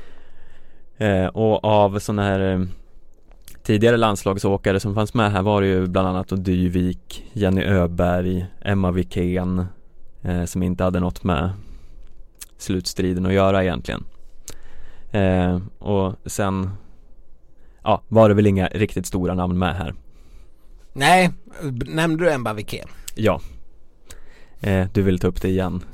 Och av sådana här tidigare landslagsåkare som fanns med här var det ju bland annat Dyvik, Jenny Öberg, Emma Wikén, som inte hade något med slutstriden att göra egentligen. Och sen var det väl inga riktigt stora namn med här. Nej, nämnde du Emma Wikén? Ja. Du vill ta upp det igen.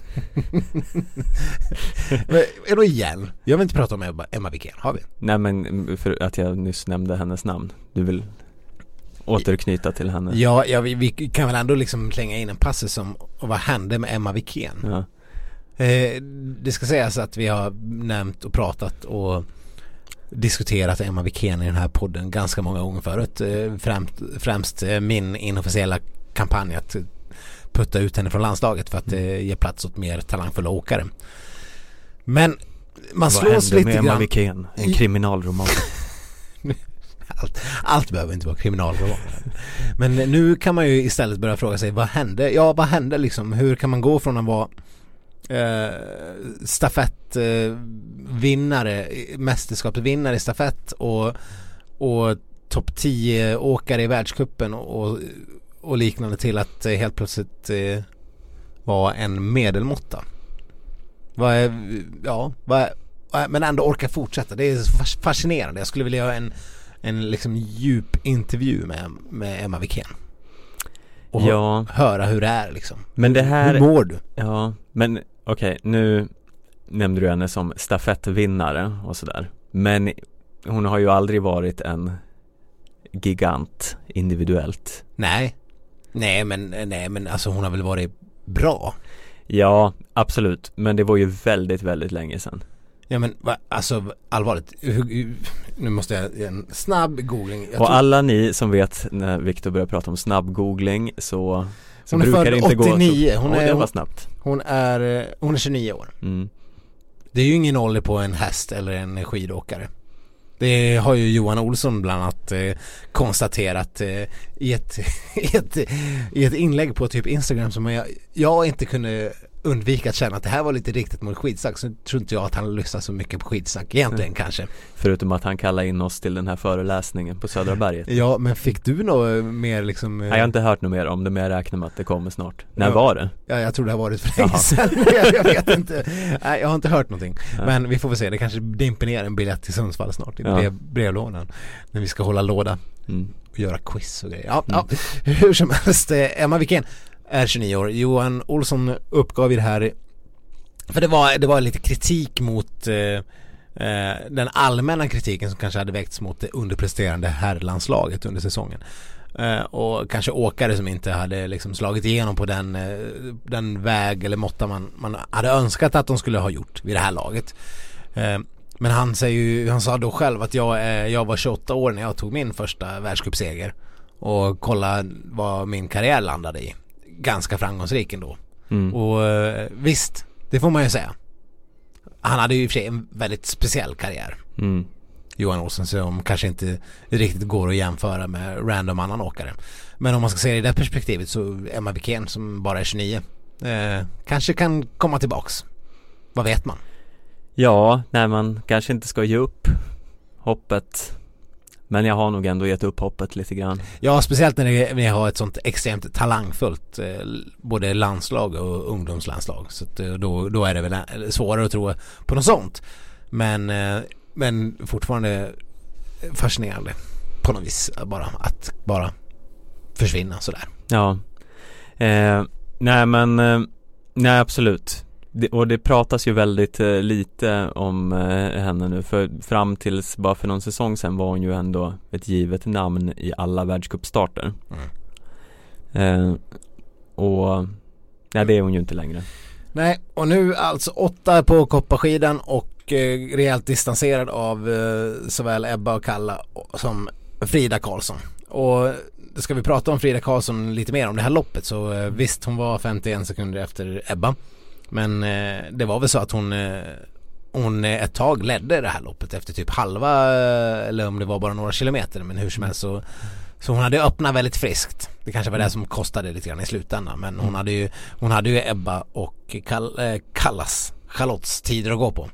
Men, är det igen? Jag vill inte prata om Emma Wikén, har vi? Nej, men för att jag nyss nämnde hennes namn. Du vill återknyta till henne. Ja, vi kan väl ändå liksom slänga in en passus om vad hände med Emma Wikén. Ja. Det ska sägas att vi har nämnt och pratat och diskuterat Emma Wikén i den här podden ganska många gånger förut. Främst min inofficiella kampanj att putta ut henne från landslaget för att ge plats åt mer talangfulla åkare. Men man slås lite grann... Emma Wikén? En kriminalroman. Allt behöver inte vara kriminalroman. Men nu kan man ju istället börja fråga sig, vad hände? Ja, vad hände liksom? Hur kan man gå från att vara stafettvinnare, mästerskapsvinnare i stafett och topp 10 åkare i världscupen och liknande till att helt plötsligt vara en medelmåtta. Men ändå orka fortsätta. Det är så fascinerande. Jag skulle vilja göra en liksom djup intervju med Emma Wikén. Och höra hur det är liksom. Men det här, hur mår du? Ja, men okej, nu nämnde du henne som stafettvinnare och sådär. Men hon har ju aldrig varit en gigant individuellt. Nej, men alltså hon har väl varit bra. Ja, absolut. Men det var ju väldigt, väldigt länge sedan. Ja, men alltså allvarligt. Nu måste jag en snabb googling. Och alla ni som vet när Victor börjar prata om snabb googling så hon brukar det inte 89. Gå. Det var snabbt. Hon är 29 år. Det är ju ingen ålder på en häst eller en skidåkare. Det har ju Johan Olsson bland annat konstaterat i ett inlägg på typ Instagram som jag inte kunde undvika att känna att det här var lite riktigt mot skidsack, så tror inte jag att han lyssnar så mycket på skidsack egentligen kanske. Förutom att han kallar in oss till den här föreläsningen på Södra berget. Ja, men fick du något mer liksom... Nej, jag har inte hört något mer om det, men jag räknar med att det kommer snart. När var det? Ja, jag tror det har varit för länge sedan. Jag vet inte. Nej, jag har inte hört någonting. Ja. Men vi får väl se, det kanske dimper ner en biljett till Sundsvall snart i brevlådan. När vi ska hålla låda och göra quiz och grejer. Ja. Hur som helst, Emma Wikén är 29 år. Johan Olsson uppgav i det här, för det var lite kritik mot den allmänna kritiken som kanske hade väckts mot det underpresterande herrlandslaget under säsongen. Och kanske åkare som inte hade liksom slagit igenom på den väg eller måtta man hade önskat att de skulle ha gjort vid det här laget. Men han sa då själv att jag var 28 år när jag tog min första världscupseger och kolla vad min karriär landade i. Ganska framgångsrik ändå. Och visst, det får man ju säga. Han hade ju i och för sig en väldigt speciell karriär. Johan Olsson, som kanske inte riktigt går att jämföra med random annan åkare. Men om man ska se det i det perspektivet så Emma Wikén som bara är 29 Kanske kan komma tillbaks. Vad vet man? Ja, nej, man kanske inte ska ge upp hoppet. Men jag har nog ändå gett upp hoppet lite grann. Ja, speciellt när ni har ett sånt extremt talangfullt både landslag och ungdomslandslag. Så att, då är det väl svårare att tro på något sånt. Men fortfarande fascinerande på något vis att bara försvinna sådär. Ja. Nej, absolut. Och det pratas ju väldigt lite om henne nu, för fram tills bara för någon säsong sedan var hon ju ändå ett givet namn i alla världscupstarter. Och nej, det är hon ju inte längre. Nej, och nu alltså 8 på kopparskidan och rejält distanserad av såväl Ebba och Kalla som Frida Karlsson. Och ska vi prata om Frida Karlsson lite mer om det här loppet, så visst, hon var 51 sekunder efter Ebba. Men det var väl så att hon ett tag ledde det här loppet efter typ halva, eller om det var bara några kilometer, men hur som helst så hon hade öppnat väldigt friskt. Det kanske var det som kostade lite grann i slutändan, men hon hade ju Ebba och Kallas Charlottes tider att gå på.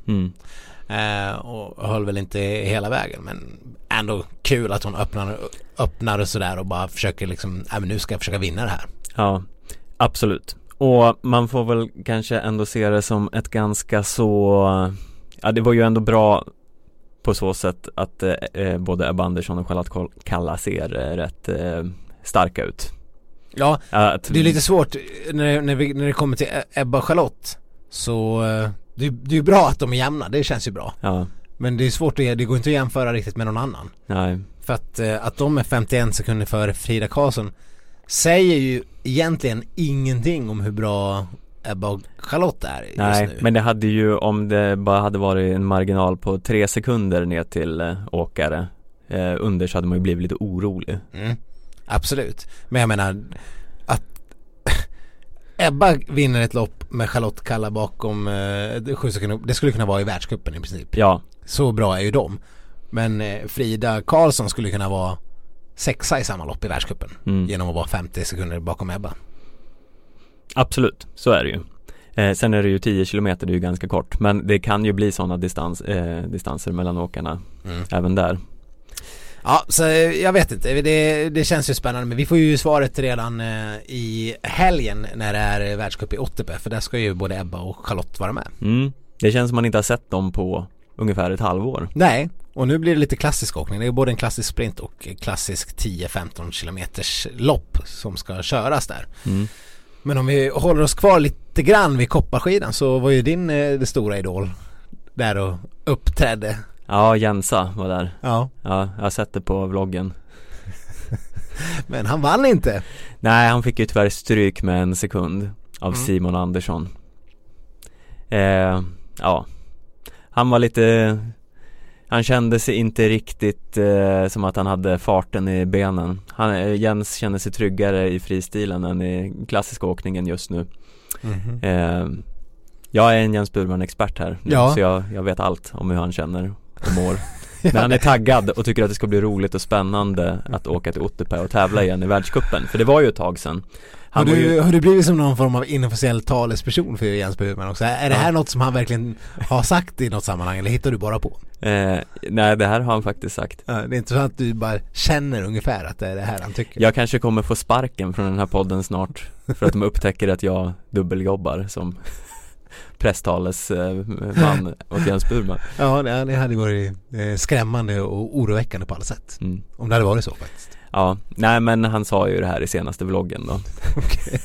Och höll väl inte hela vägen, men ändå kul att hon öppnar och sådär och bara försöker liksom, men nu ska jag försöka vinna det här. Ja, absolut. Och man får väl kanske ändå se det som ett ganska så... Ja, det var ju ändå bra på så sätt att både Ebba Andersson och Charlotte Kalla ser rätt starka ut. Ja, det är lite svårt när det kommer till Ebba och Charlotte, så det är bra att de är jämna, det känns ju bra. Ja. Men det är svårt, det går inte att jämföra riktigt med någon annan. Nej. För att de är 51 sekunder före Frida Karlsson säger ju egentligen ingenting om hur bra Ebba och Charlotte är just Nej, nu. men det hade ju, om det bara hade varit en marginal på 3 sekunder ner till åkare under, så hade man ju blivit lite orolig. Absolut. Men jag menar att Ebba vinner ett lopp med Charlotte Kalla bakom 7 sekunder, det skulle kunna vara i världscupen i princip. Ja. Så bra är ju de. Men Frida Karlsson skulle kunna vara 6 i samma lopp i världscupen genom att vara 50 sekunder bakom Ebba. Absolut, så är det ju. Sen är det ju 10 kilometer, det är ju ganska kort. Men det kan ju bli sådana distanser mellan åkarna även där. Ja, så jag vet inte, det känns ju spännande. Men vi får ju svaret redan i helgen när det är världscup i Otterpe. För där ska ju både Ebba och Charlotte vara med. Det känns som man inte har sett dem på ungefär ett halvår. Nej, och nu blir det lite klassisk åkning. Det är både en klassisk sprint och klassisk 10-15 kilometers lopp som ska köras där. Men om vi håller oss kvar lite grann vid kopparskidan, så var ju din det stora idol där och uppträdde. Ja, Jensa var där. Ja, jag har sett det på vloggen. Men han vann inte. Nej, han fick ju tyvärr stryk med 1 sekund av Simon Andersson. Ja, han var lite... Han kände sig inte riktigt som att han hade farten i benen. Jens känner sig tryggare i fristilen än i klassiska åkningen just nu. Jag är en Jens Burman-expert här nu, så jag vet allt om hur han känner och mår. Men han är taggad och tycker att det ska bli roligt och spännande att åka till Otterpe och tävla igen i världscupen. För det var ju ett tag sedan. Har du blivit som någon form av inofficiell talesperson för Jens Burman också? Är det här något som han verkligen har sagt i något sammanhang, eller hittar du bara på? Nej, det här har han faktiskt sagt. Det är inte så att du bara känner ungefär att det är det här han tycker. Jag kanske kommer få sparken från den här podden snart för att de upptäcker att jag dubbeljobbar som presstalesman åt Jens Burman. Ja, det hade varit skrämmande och oroväckande på alla sätt. Om det hade varit så faktiskt. Ja, nej, men han sa ju det här i senaste vloggen då. Okej.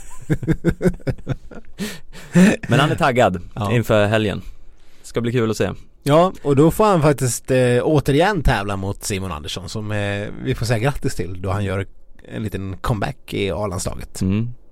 Men han är taggad inför helgen. Ska bli kul att se. Ja, och då får han faktiskt återigen tävla mot Simon Andersson, som vi får säga grattis till då han gör en liten comeback i A-landslaget.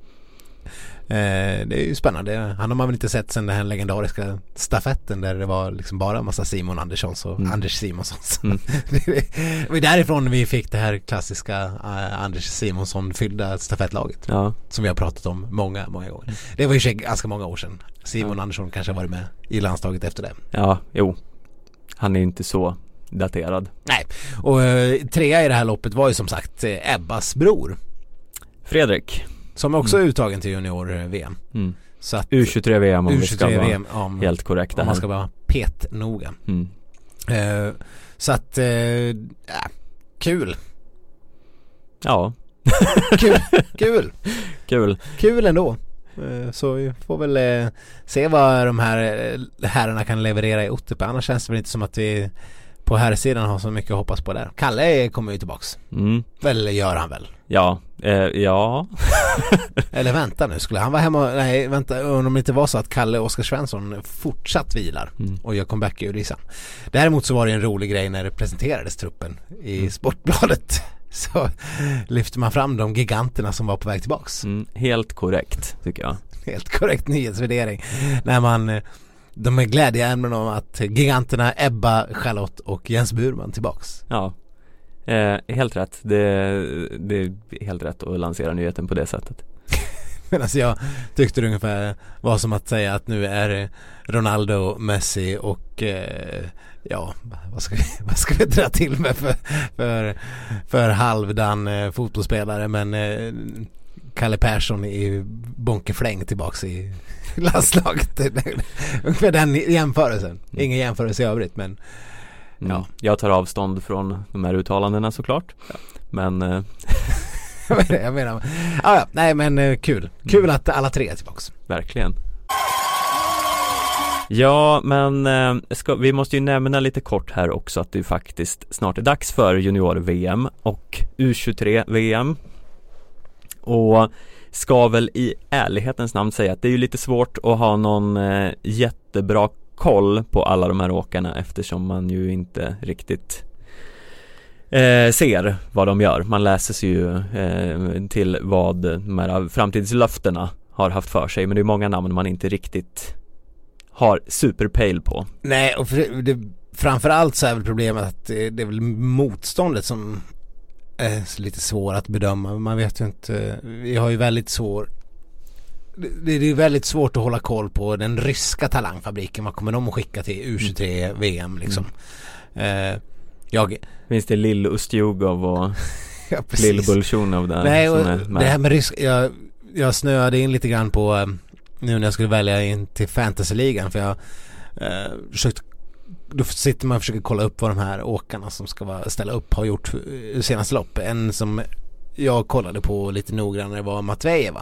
Det är ju spännande. Han har man väl inte sett sedan den här legendariska stafetten där det var liksom bara en massa Simon Anderssons och Anders Simonsons. Det var därifrån vi fick det här klassiska Anders Simonsson fyllda stafettlaget som vi har pratat om många gånger. Det var ju ganska många år sedan. Simon Andersson kanske har varit med i landslaget efter det. Ja, jo. Han är inte så daterad. Nej, och 3 i det här loppet var ju som sagt Ebbas bror Fredrik, som också är uttagen till junior-VM. Så att, U23-VM om U23 vi ska vara VM, helt korrekta. Om man ska vara petnoga. Så att, kul. Ja. Kul ändå. Så vi får väl se vad de här herrarna kan leverera i Otterpää. Annars känns det väl inte som att vi på här sidan har så mycket att hoppas på där. Kalle kommer ju tillbaks. Väl gör han väl? Ja. Ja. Eller vänta nu, skulle han vara hemma? Nej, vänta, om det inte var så att Kalle Oskar Svensson fortsatt vilar och gör comeback i Ulricehamn. Däremot så var det en rolig grej när det presenterades truppen i Sportbladet. Så lyfter man fram de giganterna som var på väg tillbaks. Helt korrekt, tycker jag. Helt korrekt nyhetsvärdering. När man, de är glädjeämnen om att giganterna Ebba, Charlotte och Jens Burman tillbaks. Ja, helt rätt. Det är helt rätt att lansera nyheten på det sättet. Men alltså jag tyckte det ungefär var som att säga att nu är Ronaldo, Messi och ja, vad ska vi dra till med för halvdan fotbollsspelare, men Kalle Persson är bonkefläng tillbaks i landslaget. Ungefär den jämförelsen. Ingen jämförelse i övrigt, men ja. Jag tar avstånd från de här uttalandena såklart. Ja. Men jag menar nej men kul att alla tre är tillbaks. Verkligen. Ja, men vi måste ju nämna lite kort här också att det faktiskt snart är dags för junior-VM och U23-VM. Och ska väl i ärlighetens namn säga att det är ju lite svårt att ha någon jättebra koll på alla de här åkarna eftersom man ju inte riktigt ser vad de gör. Man läser sig ju till vad de här framtidslöftena har haft för sig, men det är många namn man inte riktigt har superpejl på. Nej, och framförallt så är väl problemet att det är väl motståndet som är lite svår att bedöma. Man vet ju inte, vi har ju väldigt det är väldigt svårt att hålla koll på den ryska talangfabriken. Vad kommer de att skicka till U23 VM liksom? Finns det Lill Ustjugov och Lill Bolsjunov där? Nej, och det här med rysk, jag snöade in lite grann på nu när jag skulle välja in till fantasyligan, för jag då sitter man och försöker kolla upp vad de här åkarna som ska ställa upp har gjort senaste lopp. En som jag kollade på lite noggrannare var Matvejeva,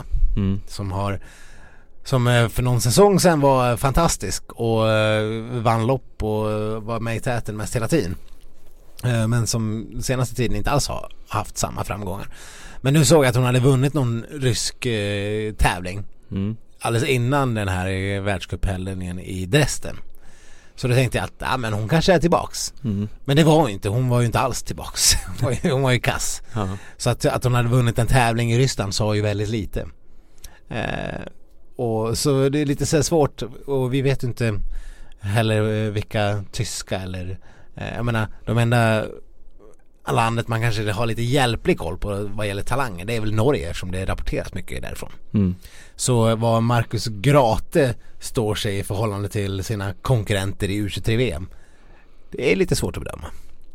som för någon säsong sedan var fantastisk och vann lopp och var med i täten mest hela tiden. Men som senaste tiden inte alls har haft samma framgångar. Men nu såg jag att hon hade vunnit någon rysk tävling alldeles innan den här världscuphelgen i Dresden. Så då tänkte jag att men hon kanske är tillbaks. Men det var hon inte. Hon var ju inte alls tillbaks. Hon var ju kass. Så att hon hade vunnit en tävling i Ryssland sa ju väldigt lite. Och så det är lite så svårt, och vi vet inte heller vilka tyska eller jag menar, de enda landet man kanske har lite hjälplig koll på vad gäller talanger, det är väl Norge, som det rapporteras mycket därifrån. Så vad Marcus Grate står sig i förhållande till sina konkurrenter i U23-VM, det är lite svårt att bedöma.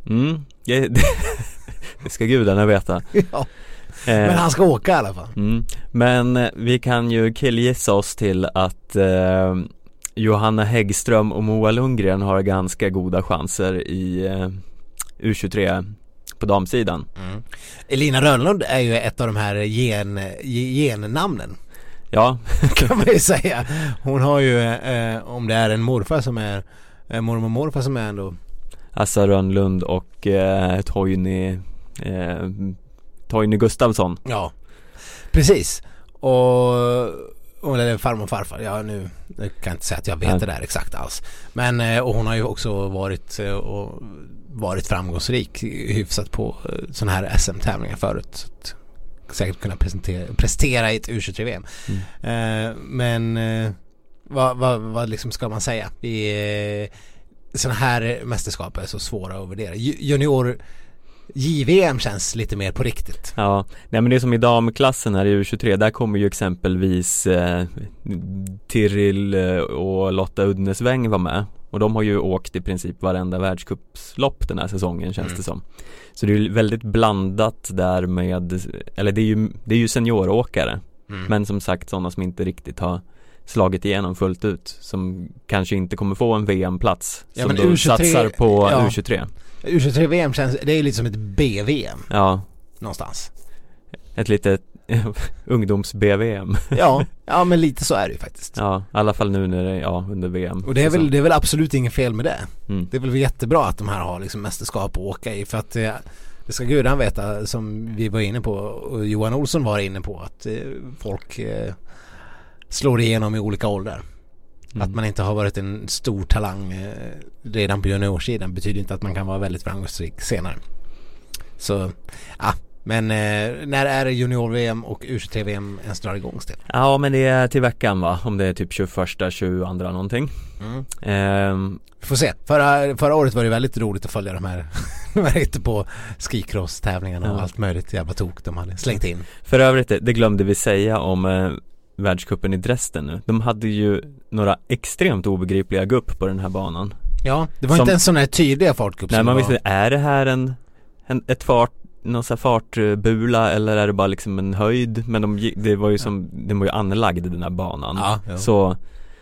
Det ska gudarna veta. Ja. Men han ska åka i alla fall. Men vi kan ju killgissa oss till att Johanna Häggström och Moa Lundgren har ganska goda chanser i U23 på damsidan. Elina Rönnlund är ju ett av de här gennamnen. Ja, kan man ju säga. Hon har ju om det är en morfar som är mormor och morfar som är ändå Assa Rönnlund och Toine Gustafsson. Ja, precis. Och eller farmor och farfar. Ja, nu kan jag inte säga att jag vet det där exakt alls. Men och hon har ju också varit framgångsrik hyfsat på såna här SM-tävlingar förut. Så att säkert kunna prestera i ett U23-VM. Men vad liksom ska man säga? Såna här mästerskap är så svåra att värdera. Junior JVM känns lite mer på riktigt. Ja, nej, men det är som i damklassen här i U23, där kommer ju exempelvis Tiril och Lotta Udnesväng var med, och de har ju åkt i princip varenda världscupslopp den här säsongen, känns det som. Så det är ju väldigt blandat där med, eller det är ju senioråkare, men som sagt sådana som inte riktigt har slagit igenom fullt ut, som kanske inte kommer få en VM-plats, Ja, som men då U23, satsar på ja. U23. U23-VM känns, det är lite som ett B-VM Ja, någonstans. ett litet ungdoms-BVM. Ja, men lite så är det ju faktiskt. Ja, i alla fall nu när det är under VM. Och det är väl absolut ingen fel med det. Mm. Det är väl jättebra att de här har liksom mästerskap att åka i, för att det ska gudan veta, som vi var inne på och Johan Olsson var inne på, att folk slår igenom i olika åldrar. Att man inte har varit en stor talang redan på juniorsidan betyder inte att man kan vara väldigt framgångsrik senare. Så, ja. Men när är det junior-VM och U23-VM ens drar igång till? Ja, men det är till veckan, va? Om det är typ 21-22 någonting. Vi får se. Förra året var det väldigt roligt att följa de här på skicross-tävlingarna och allt möjligt jävla tok de hade slängt in. För övrigt, det glömde vi säga om världscupen i Dresden nu. De hade ju några extremt obegripliga gupp på den här banan. Ja, det var inte en sån här tydliga fartgupp. Nej, man visste, är det här någon sån här fartbula eller är det bara liksom en höjd? Men den var ju anlagd, den här banan. Ja. Så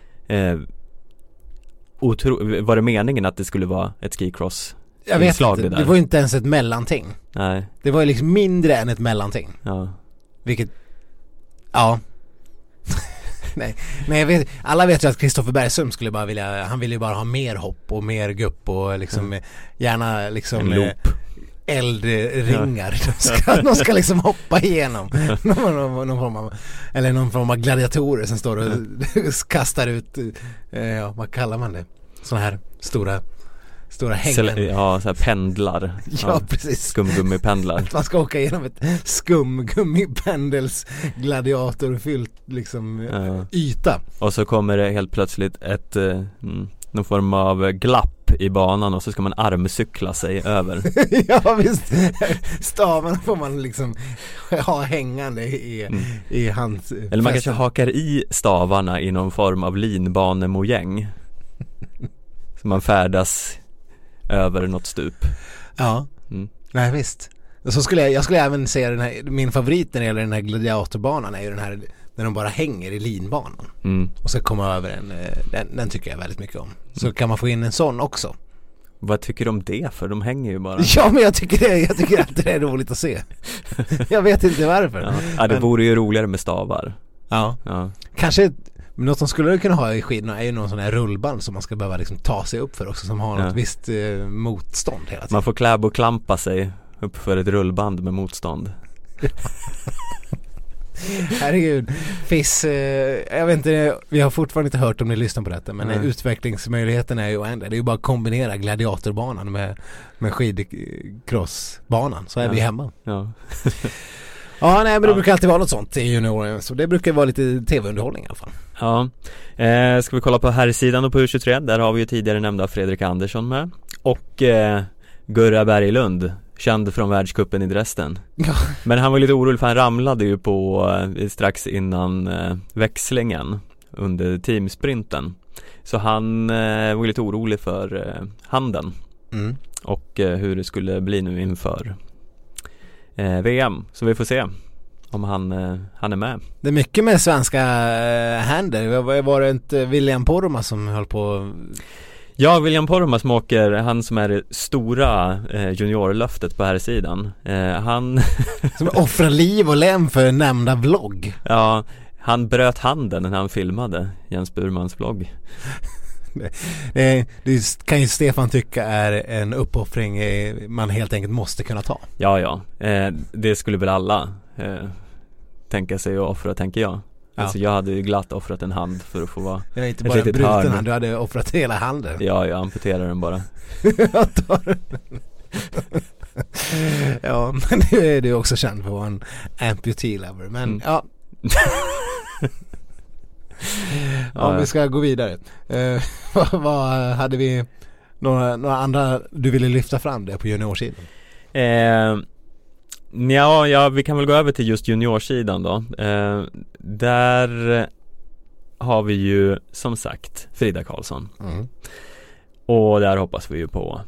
var det meningen att det skulle vara ett skicross? Jag vet inte, det var ju inte ens ett mellanting. Nej. Det var ju liksom mindre än ett mellanting. Ja. Vilket, ja. Nej, jag vet, alla vet ju att Kristoffer Bergsum han ville ju bara ha mer hopp och mer gupp och liksom gärna liksom en loop. Eldringar. De ska liksom hoppa igenom någon form av gladiatorer som står och kastar ut vad kallar man det? Såna här stora hänglen. Ja, så här pendlar. Ja, precis. Skumgummipendlar. Att man ska åka igenom ett skumgummipendels gladiatorfyllt liksom yta. Och så kommer det helt plötsligt någon form av glapp i banan och så ska man armcykla sig över. Ja, visst. Stavarna får man liksom ha hängande i hans eller man kanske hakar i stavarna i någon form av linbanemojäng. Så man färdas över något stup. Ja. Nej, visst. Och så jag skulle även säga min favorit när det gäller den här gladiatorbanan är ju den här när de bara hänger i linbanan. Och så komma över den tycker jag väldigt mycket om. Så kan man få in en sån också. Vad tycker du om det? För de hänger ju bara. Ja, men jag tycker att det är roligt att se. Jag vet inte varför. Ja, det vore ju roligare med stavar. Ja. Kanske något som skulle kunna ha i skidorna är ju någon sån här rullband som man ska behöva liksom ta sig upp för också, som har något visst motstånd hela tiden. Man får kläbb och klampa sig upp för ett rullband med motstånd. Herregud. Jag vet inte, vi har fortfarande inte hört om ni lyssnar på detta, men utvecklingsmöjligheten är ju oändlig. Det är ju bara att kombinera gladiatorbanan med skidcrossbanan, så är vi hemma. Ja. Ja, nej, men det brukar alltid vara något sånt i junioren, så det brukar vara lite tv-underhållning i alla fall. Ja, ska vi kolla på herrsidan och på U23, där har vi ju tidigare nämnda Fredrik Andersson med. Och Gurra Berglund, känd från världscupen i Dresden. Ja. Men han var lite orolig för han ramlade ju på strax innan växlingen under teamsprinten. Så han var lite orolig för handen och hur det skulle bli nu inför VM. Så vi får se om han är med. Det är mycket med svenska händer. Var det inte William Poromaa som höll på? Ja, William Poromaa som åker, han som är det stora juniorlöftet på här sidan. Han som offrar liv och lem för nämnda vlogg. Ja, han bröt handen när han filmade Jens Burmans vlogg. Det kan ju Stefan tycka är en uppoffring man helt enkelt måste kunna ta. Ja, det skulle väl alla tänka sig att offra, tänker jag. Ja. Alltså jag hade ju glatt offrat en hand för att få vara jag är inte bara bruten hand, du hade offrat hela handen. Ja, jag amputerar den bara. Jag tar den. Ja, men nu är du också känd för att vara en amputee-lover. Men ja. Ja, vi ska gå vidare. Vad hade vi några andra du ville lyfta fram där på juniorsidan? Ja, vi kan väl gå över till just juniorsidan då. Där har vi ju som sagt Frida Karlsson. Och där hoppas vi ju på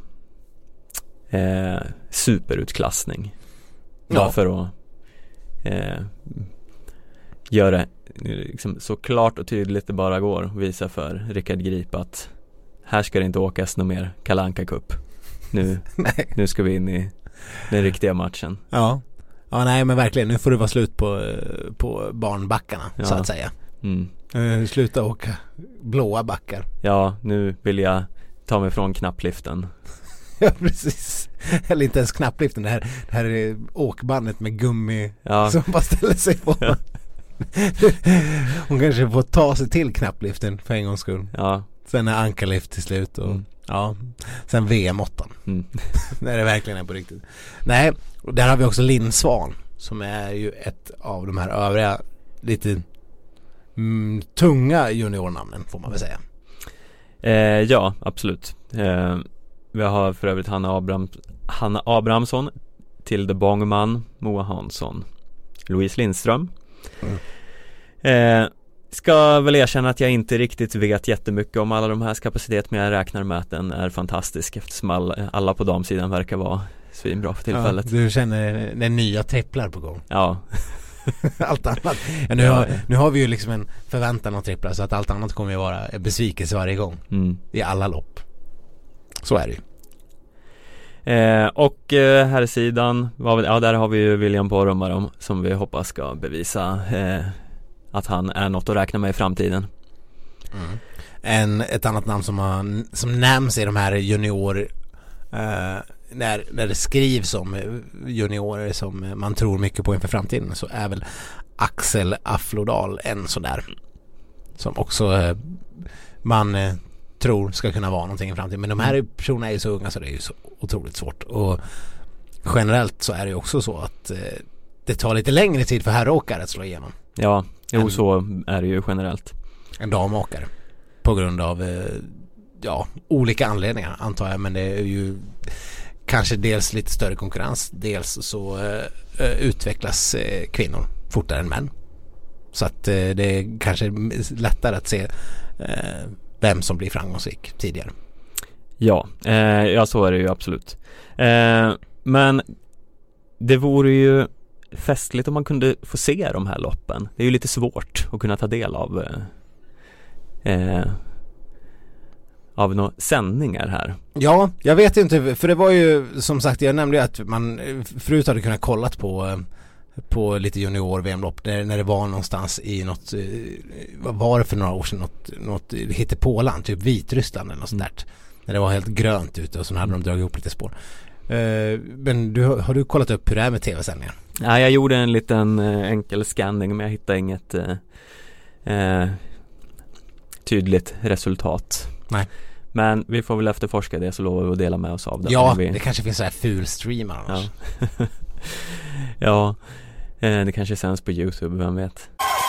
superutklassning. Ja. För att gör det liksom så klart och tydligt det bara går och visa för Rickard Grip att här ska det inte åkas någon mer Kalle Anka Cup. Nu ska vi in i den riktiga matchen. Ja, nej men verkligen, nu får det vara slut på barnbackarna så att säga. Sluta åka blåa backar. Ja, nu vill jag ta mig från knappliften. Ja, precis. Eller inte ens knappliften, det här är åkbandet med gummi som bara ställer sig på. Ja. Hon kanske får ta sig till knappliften för en gångs skull. Ja. Sen är ankarlift till slut och sen VM-8. När det verkligen är på riktigt. Nej, och där har vi också Linn Svan som är ju ett av de här övriga lite tunga juniornamnen får man väl säga. Ja, absolut. Vi har för övrigt Hanna Abrahamsson, Tilde Bångman, Moa Hansson, Louise Lindström. Ska väl erkänna att jag inte riktigt vet jättemycket om alla de här kapacitet, men jag räknar med att den är fantastisk eftersom alla på damsidan verkar vara svinbra för tillfället. Ja, du känner den nya tripplar på gång. Ja. Allt annat. Nu har vi ju liksom en förväntan av tripplar så att allt annat kommer ju vara en besvikelse varje gång. I alla lopp. Så är det ju. Och här sidan där har vi ju William Poromaa som vi hoppas ska bevisa att han är något att räkna med i framtiden. Ett annat namn som nämns i de här junior när det skrivs om juniorer som man tror mycket på inför framtiden, så är väl Axel Afflodal en sån där som också man tror ska kunna vara någonting i framtiden. Men de här personerna är ju så unga så det är ju så otroligt svårt. Och generellt så är det ju också så att det tar lite längre tid för herråkare att slå igenom. Ja, så är det ju generellt. En damåkare. På grund av olika anledningar antar jag. Men det är ju kanske dels lite större konkurrens. Dels så utvecklas kvinnor fortare än män. Så att det är kanske lättare att se vem som blir framgångsrik tidigare. Ja, så är det ju absolut. Men det vore ju festligt om man kunde få se de här loppen. Det är ju lite svårt att kunna ta del av några sändningar här. Ja, jag vet inte, för det var ju som sagt, jag nämnde ju att man förut hade kunnat kollat på lite junior-VM-lopp när det var någonstans i något, vad var det för några år sedan, något hittepåland, typ Vitryssland eller något sånt där, när det var helt grönt ute och så hade de dragit ihop lite spår. Men har du kollat upp hur det är med tv-sändningar? Ja, jag gjorde en liten enkel scanning, men jag hittade inget tydligt resultat. Nej. Men vi får väl efterforska det, så lovar vi att dela med oss av det. Ja, det kanske finns så här fulstreamar annars. Ja, det kanske sänds på YouTube, vem vet.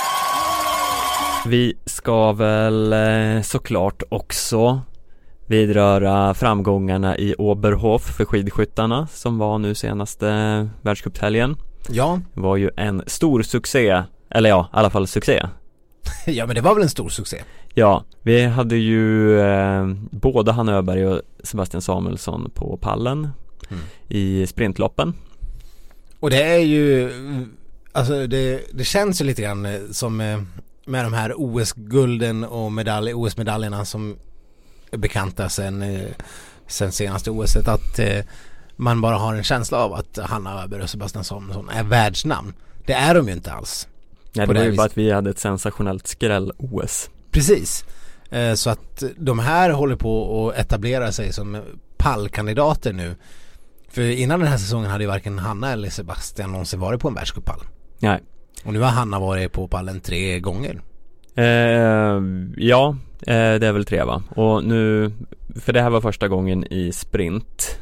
Vi ska väl såklart också vidröra framgångarna i Oberhof för skidskyttarna som var nu senaste världscuphelgen. Ja. Det var ju en stor succé, eller ja, i alla fall succé. Ja, men det var väl en stor succé. Ja, vi hade ju både Hanna Öberg och Sebastian Samuelsson på pallen i sprintloppen. Och det är ju, alltså det känns ju lite grann som med de här OS-gulden och OS-medaljerna som är bekanta sen senaste OS, att man bara har en känsla av att Hanna Öberg och Sebastian Samuelsson är världsnamn. Det är de ju inte alls. Nej, det var ju bara att vi hade ett sensationellt skräll-OS. Precis. Så att de här håller på att etablera sig som pallkandidater nu. För innan den här säsongen hade ju varken Hanna eller Sebastian någonsin varit på en världscuppall. Nej. Och nu har Hanna varit på pallen 3 gånger. Ja, det är väl 3 va? Och nu, för det här var första gången i sprint.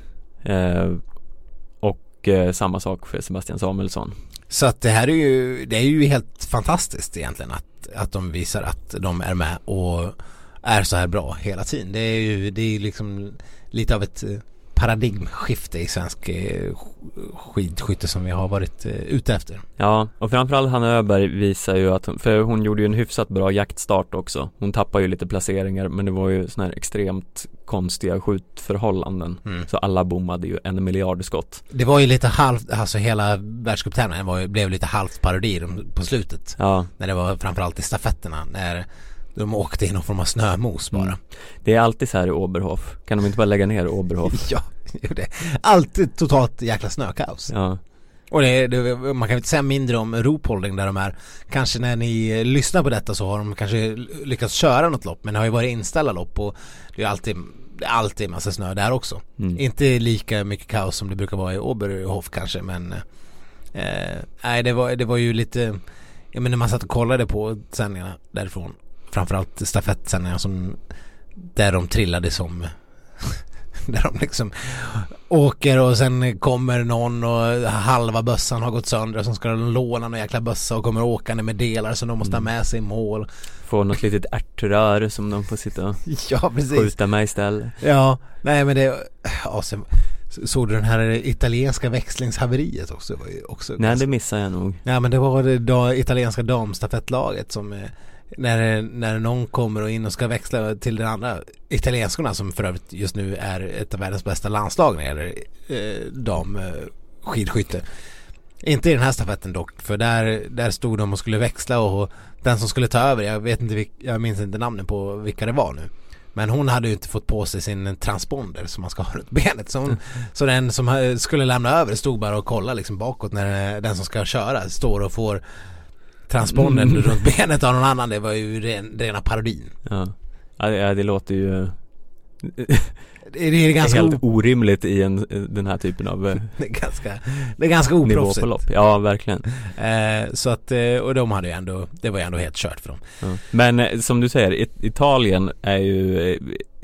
Och samma sak för Sebastian Samuelsson. Så att det är ju helt fantastiskt egentligen att de visar att de är med och är så här bra hela tiden. Det är liksom lite av ett paradigmskifte i svensk skidskytte som vi har varit ute efter. Ja, och framförallt Hanna Öberg visar ju att, för hon gjorde ju en hyfsat bra jaktstart också. Hon tappade ju lite placeringar, men det var ju såna här extremt konstiga skjutförhållanden. Så alla bommade ju 1 miljard skott. Det var ju lite halvt, alltså hela världscuptävlingen blev lite halvt parodi på slutet. Ja. När det var framförallt i stafetterna, när de åkte in och form av snömos bara. Det är alltid så här i Oberhof. Kan de inte bara lägga ner Oberhof? Ja, det är alltid totalt jäkla snökaos. Ja. Och man kan inte säga mindre om Ruhpolding där de är. Kanske när ni lyssnar på detta så har de kanske lyckats köra något lopp, men det har ju varit inställda lopp och det är alltid massa snö där också. Inte lika mycket kaos som det brukar vara i Oberhof kanske, men nej, det var ju lite, jag menar, man satt och kollade på sändningarna därifrån, framförallt stafettsändningarna där de trillade som där de liksom åker och sen kommer någon och halva bössan har gått sönder och så ska de låna någon jäkla bössa och kommer åkande med delar som de måste ha med sig i mål. Få något litet ärtrör som de får sitta och skjuta med istället. Ja, nej men det, ja, sen såg du den här italienska växlingshaveriet också? Var ju också nej, det missade jag nog. Ja, men det var det italienska damstafettlaget som när någon kommer och in och ska växla till den andra italienskorna, som för övrigt just nu är ett av världens bästa landslag när det gäller damskidskytte. Inte i den här stafetten dock, för där stod de och skulle växla och den som skulle ta över, jag minns inte namnen på vilka det var nu, men hon hade ju inte fått på sig sin transponder som man ska ha runt benet, så den som skulle lämna över stod bara och kollade liksom bakåt när den som ska köra står och får transpondern runt benet av någon annan. Det var ju rena parodin. Ja, det låter ju det är ganska helt orimligt i den här typen av det är ganska oproffsigt. Nivå på lopp. Ja, verkligen. Så att, och de hade ju ändå, det var ju ändå helt kört för dem. Ja. Men som du säger, Italien är ju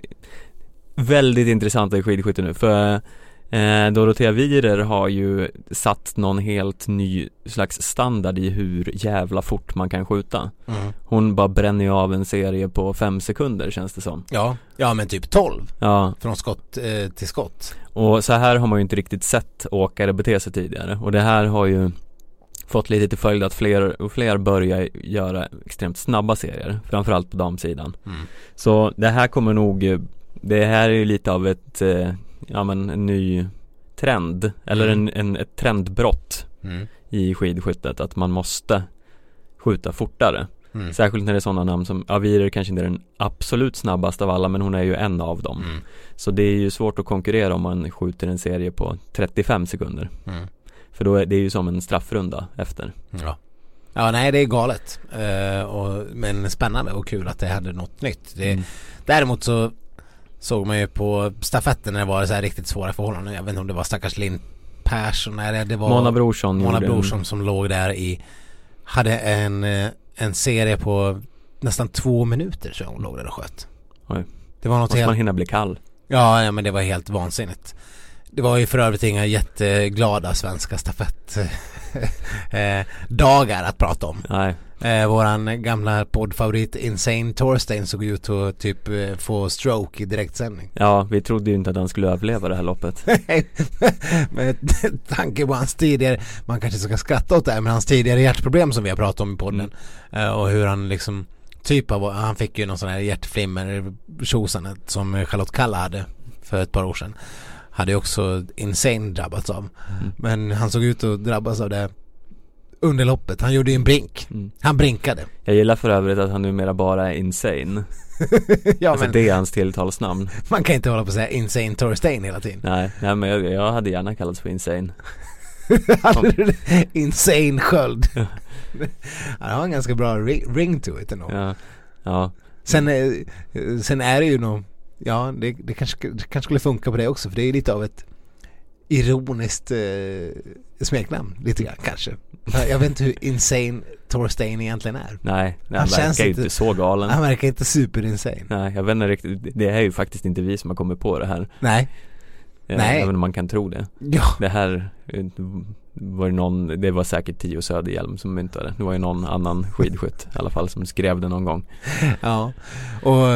väldigt intressanta i skidskytte nu, för Dorothea Virer har ju satt någon helt ny slags standard i hur jävla fort man kan skjuta. Hon bara bränner ju av en serie på 5 sekunder, känns det som. Ja, men typ 12 från skott till skott. Och så här har man ju inte riktigt sett åkare bete sig tidigare, och det här har ju fått lite till följd att fler och fler börjar göra extremt snabba serier, framförallt på damsidan. Så det här kommer nog, det här är ju lite av ett en ny trend, eller ett trendbrott i skidskyttet, att man måste skjuta fortare. Särskilt när det är sådana namn som Virer, kanske inte är den absolut snabbaste av alla, men hon är ju en av dem. Så det är ju svårt att konkurrera om man skjuter en serie på 35 sekunder. För då är det ju som en straffrunda efter. Ja, nej, det är galet. Men spännande och kul att det hade något nytt. Däremot så såg man ju på stafetten när det var så här riktigt svåra förhållanden. Jag vet inte om det var stackars Linn Persson eller det var Mona Brorsson som låg där hade en serie på nästan 2 minuter, så hon låg där och sköt. Oj. Det var något måste man hinna bli kall. Ja, men det var helt vansinnigt. Det var ju för övrigt inga jätteglada svenska stafett dagar att prata om. Nej. Våran gamla poddfavorit Insane Torstein såg ut att typ få stroke i direktsändning. Ja, vi trodde ju inte att han skulle överleva det här loppet. Med tanke på hans tidigare, man kanske ska skratta åt det här, men hans tidigare hjärtproblem som vi har pratat om i podden, och hur han liksom han fick ju någon sån här hjärtflimmer tjosanet som Charlotte Kalla hade för ett par år sedan. Hade ju också Insane drabbats av. Men han såg ut att drabbas av det under loppet. Han gjorde ju en brink. Han brinkade. Jag gillar för övrigt att han numera bara är Insane. Ja, alltså, men det är hans tilltalsnamn. Man kan inte hålla på att säga Insane Torstein hela tiden. Nej, men jag hade gärna kallats för Insane. Insane Sköld. Han har en ganska bra ring to it ändå. Ja. Sen är det ju nog, ja, det kanske skulle funka på det också, för det är lite av ett ironiskt smeknamn, lite grann kanske. Jag vet inte hur Insane Torstein egentligen är. Nej, han verkar ju inte så galen. Han verkar inte superinsane. Nej, jag vet inte riktigt. Det är ju faktiskt inte vi som har kommit på det här. Nej. Även om man kan tro det. Ja. Det här var det var säkert Tio Söderhjelm som myntade det. Det var ju någon annan skidskytt i alla fall som skrev det någon gång. Ja. Och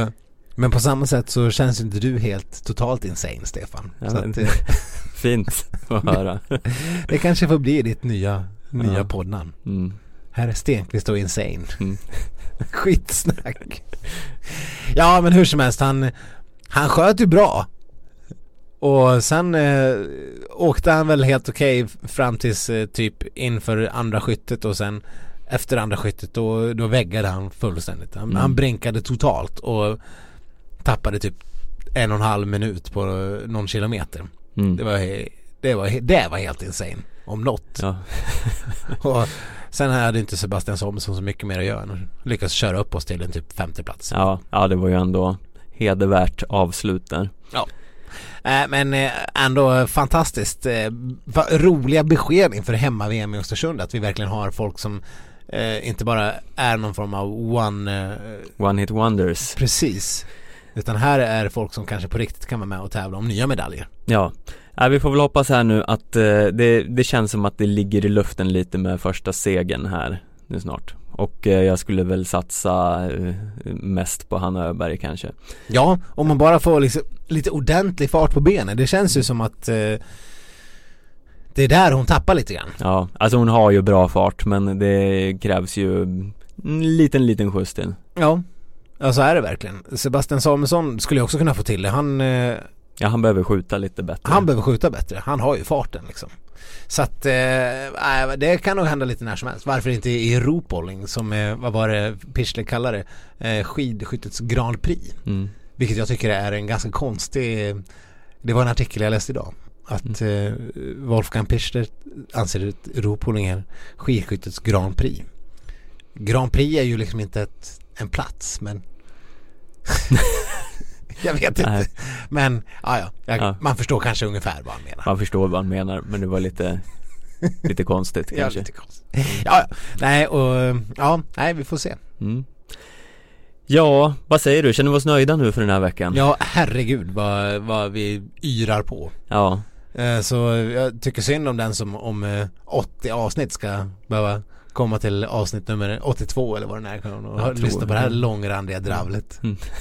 Men på samma sätt så känns inte du helt totalt insane, Stefan. Ja, så att, fint att höra. Det kanske får bli ditt nya poddnamn. Här är Stenqvist och insane. Skitsnack. Ja, men hur som helst, han sköt ju bra. Och sen åkte han väl helt okej fram tills typ inför andra skyttet, och sen efter andra skyttet då väggade han fullständigt. Han brinkade totalt och tappade typ 1,5 minut på någon kilometer. Det var helt insane om något. Ja. Och sen hade inte Sebastian Samuelsson så mycket mer att göra. Han lyckades köra upp oss till en typ 5:e plats. Ja, det var ju ändå hedervärt avslut där. Ja. Men ändå fantastiskt roliga besked inför hemma-VM i Östersund, att vi verkligen har folk som inte bara är någon form av one hit wonders. Precis. Utan här är folk som kanske på riktigt kan vara med och tävla om nya medaljer. Ja, vi får väl hoppas här nu att det känns som att det ligger i luften lite med första segern här nu snart. Och jag skulle väl satsa mest på Hanna Öberg kanske. Ja, om man bara får liksom lite ordentlig fart på benen. Det känns ju som att det är där hon tappar lite grann. Ja, alltså hon har ju bra fart, men det krävs ju en liten skjuts till. Ja, så är det verkligen. Sebastian Samuelsson skulle också kunna få till det. Han behöver skjuta lite bättre. Han behöver skjuta bättre. Han har ju farten liksom. Så att det kan nog hända lite när som helst. Varför inte i ropolling som vad var det Pichler kallade det? Skidskyttets Grand Prix. Vilket jag tycker är en ganska konstig. Det var en artikel jag läste idag. Att Wolfgang Pichler anser att ropolling är skidskyttets Grand Prix. Grand Prix är ju liksom inte en plats, men jag vet inte. Nej. Men man förstår kanske ungefär vad han menar. Man förstår vad han menar, men det var lite konstigt kanske. Ja, lite konstigt. Nej, vi får se. Ja, vad säger du? Känner vi oss nöjda nu för den här veckan? Ja, herregud vad vi yrar på. Ja. Så jag tycker synd om den som om 80 avsnitt ska behöva komma till avsnitt nummer 82 eller vad det är och lyssna på det här långrandiga dravlet.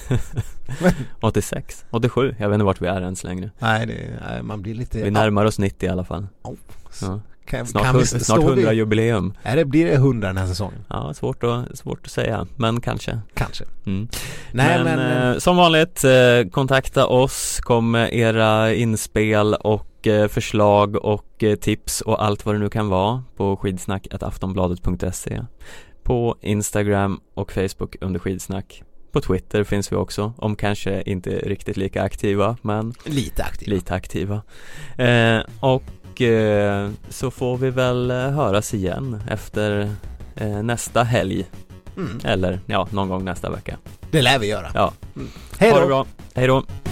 86, 87, jag vet inte vart vi är ens längre. Nej, man blir lite... Vi närmar oss 90 i alla fall. Ja. Snart 100 jubileum. Blir det 100 den här säsongen? Ja, svårt att säga, men kanske. Nej, men som vanligt, kontakta oss, kom med era inspel och förslag och tips och allt vad det nu kan vara på skidsnack@aftonbladet.se, på Instagram och Facebook under Skidsnack. På Twitter finns vi också, om kanske inte riktigt lika aktiva, men lite aktiva. Och så får vi väl höras igen efter nästa helg. Eller någon gång nästa vecka. Det lär vi göra. Ja. Hej då. Ha det bra. Hej då.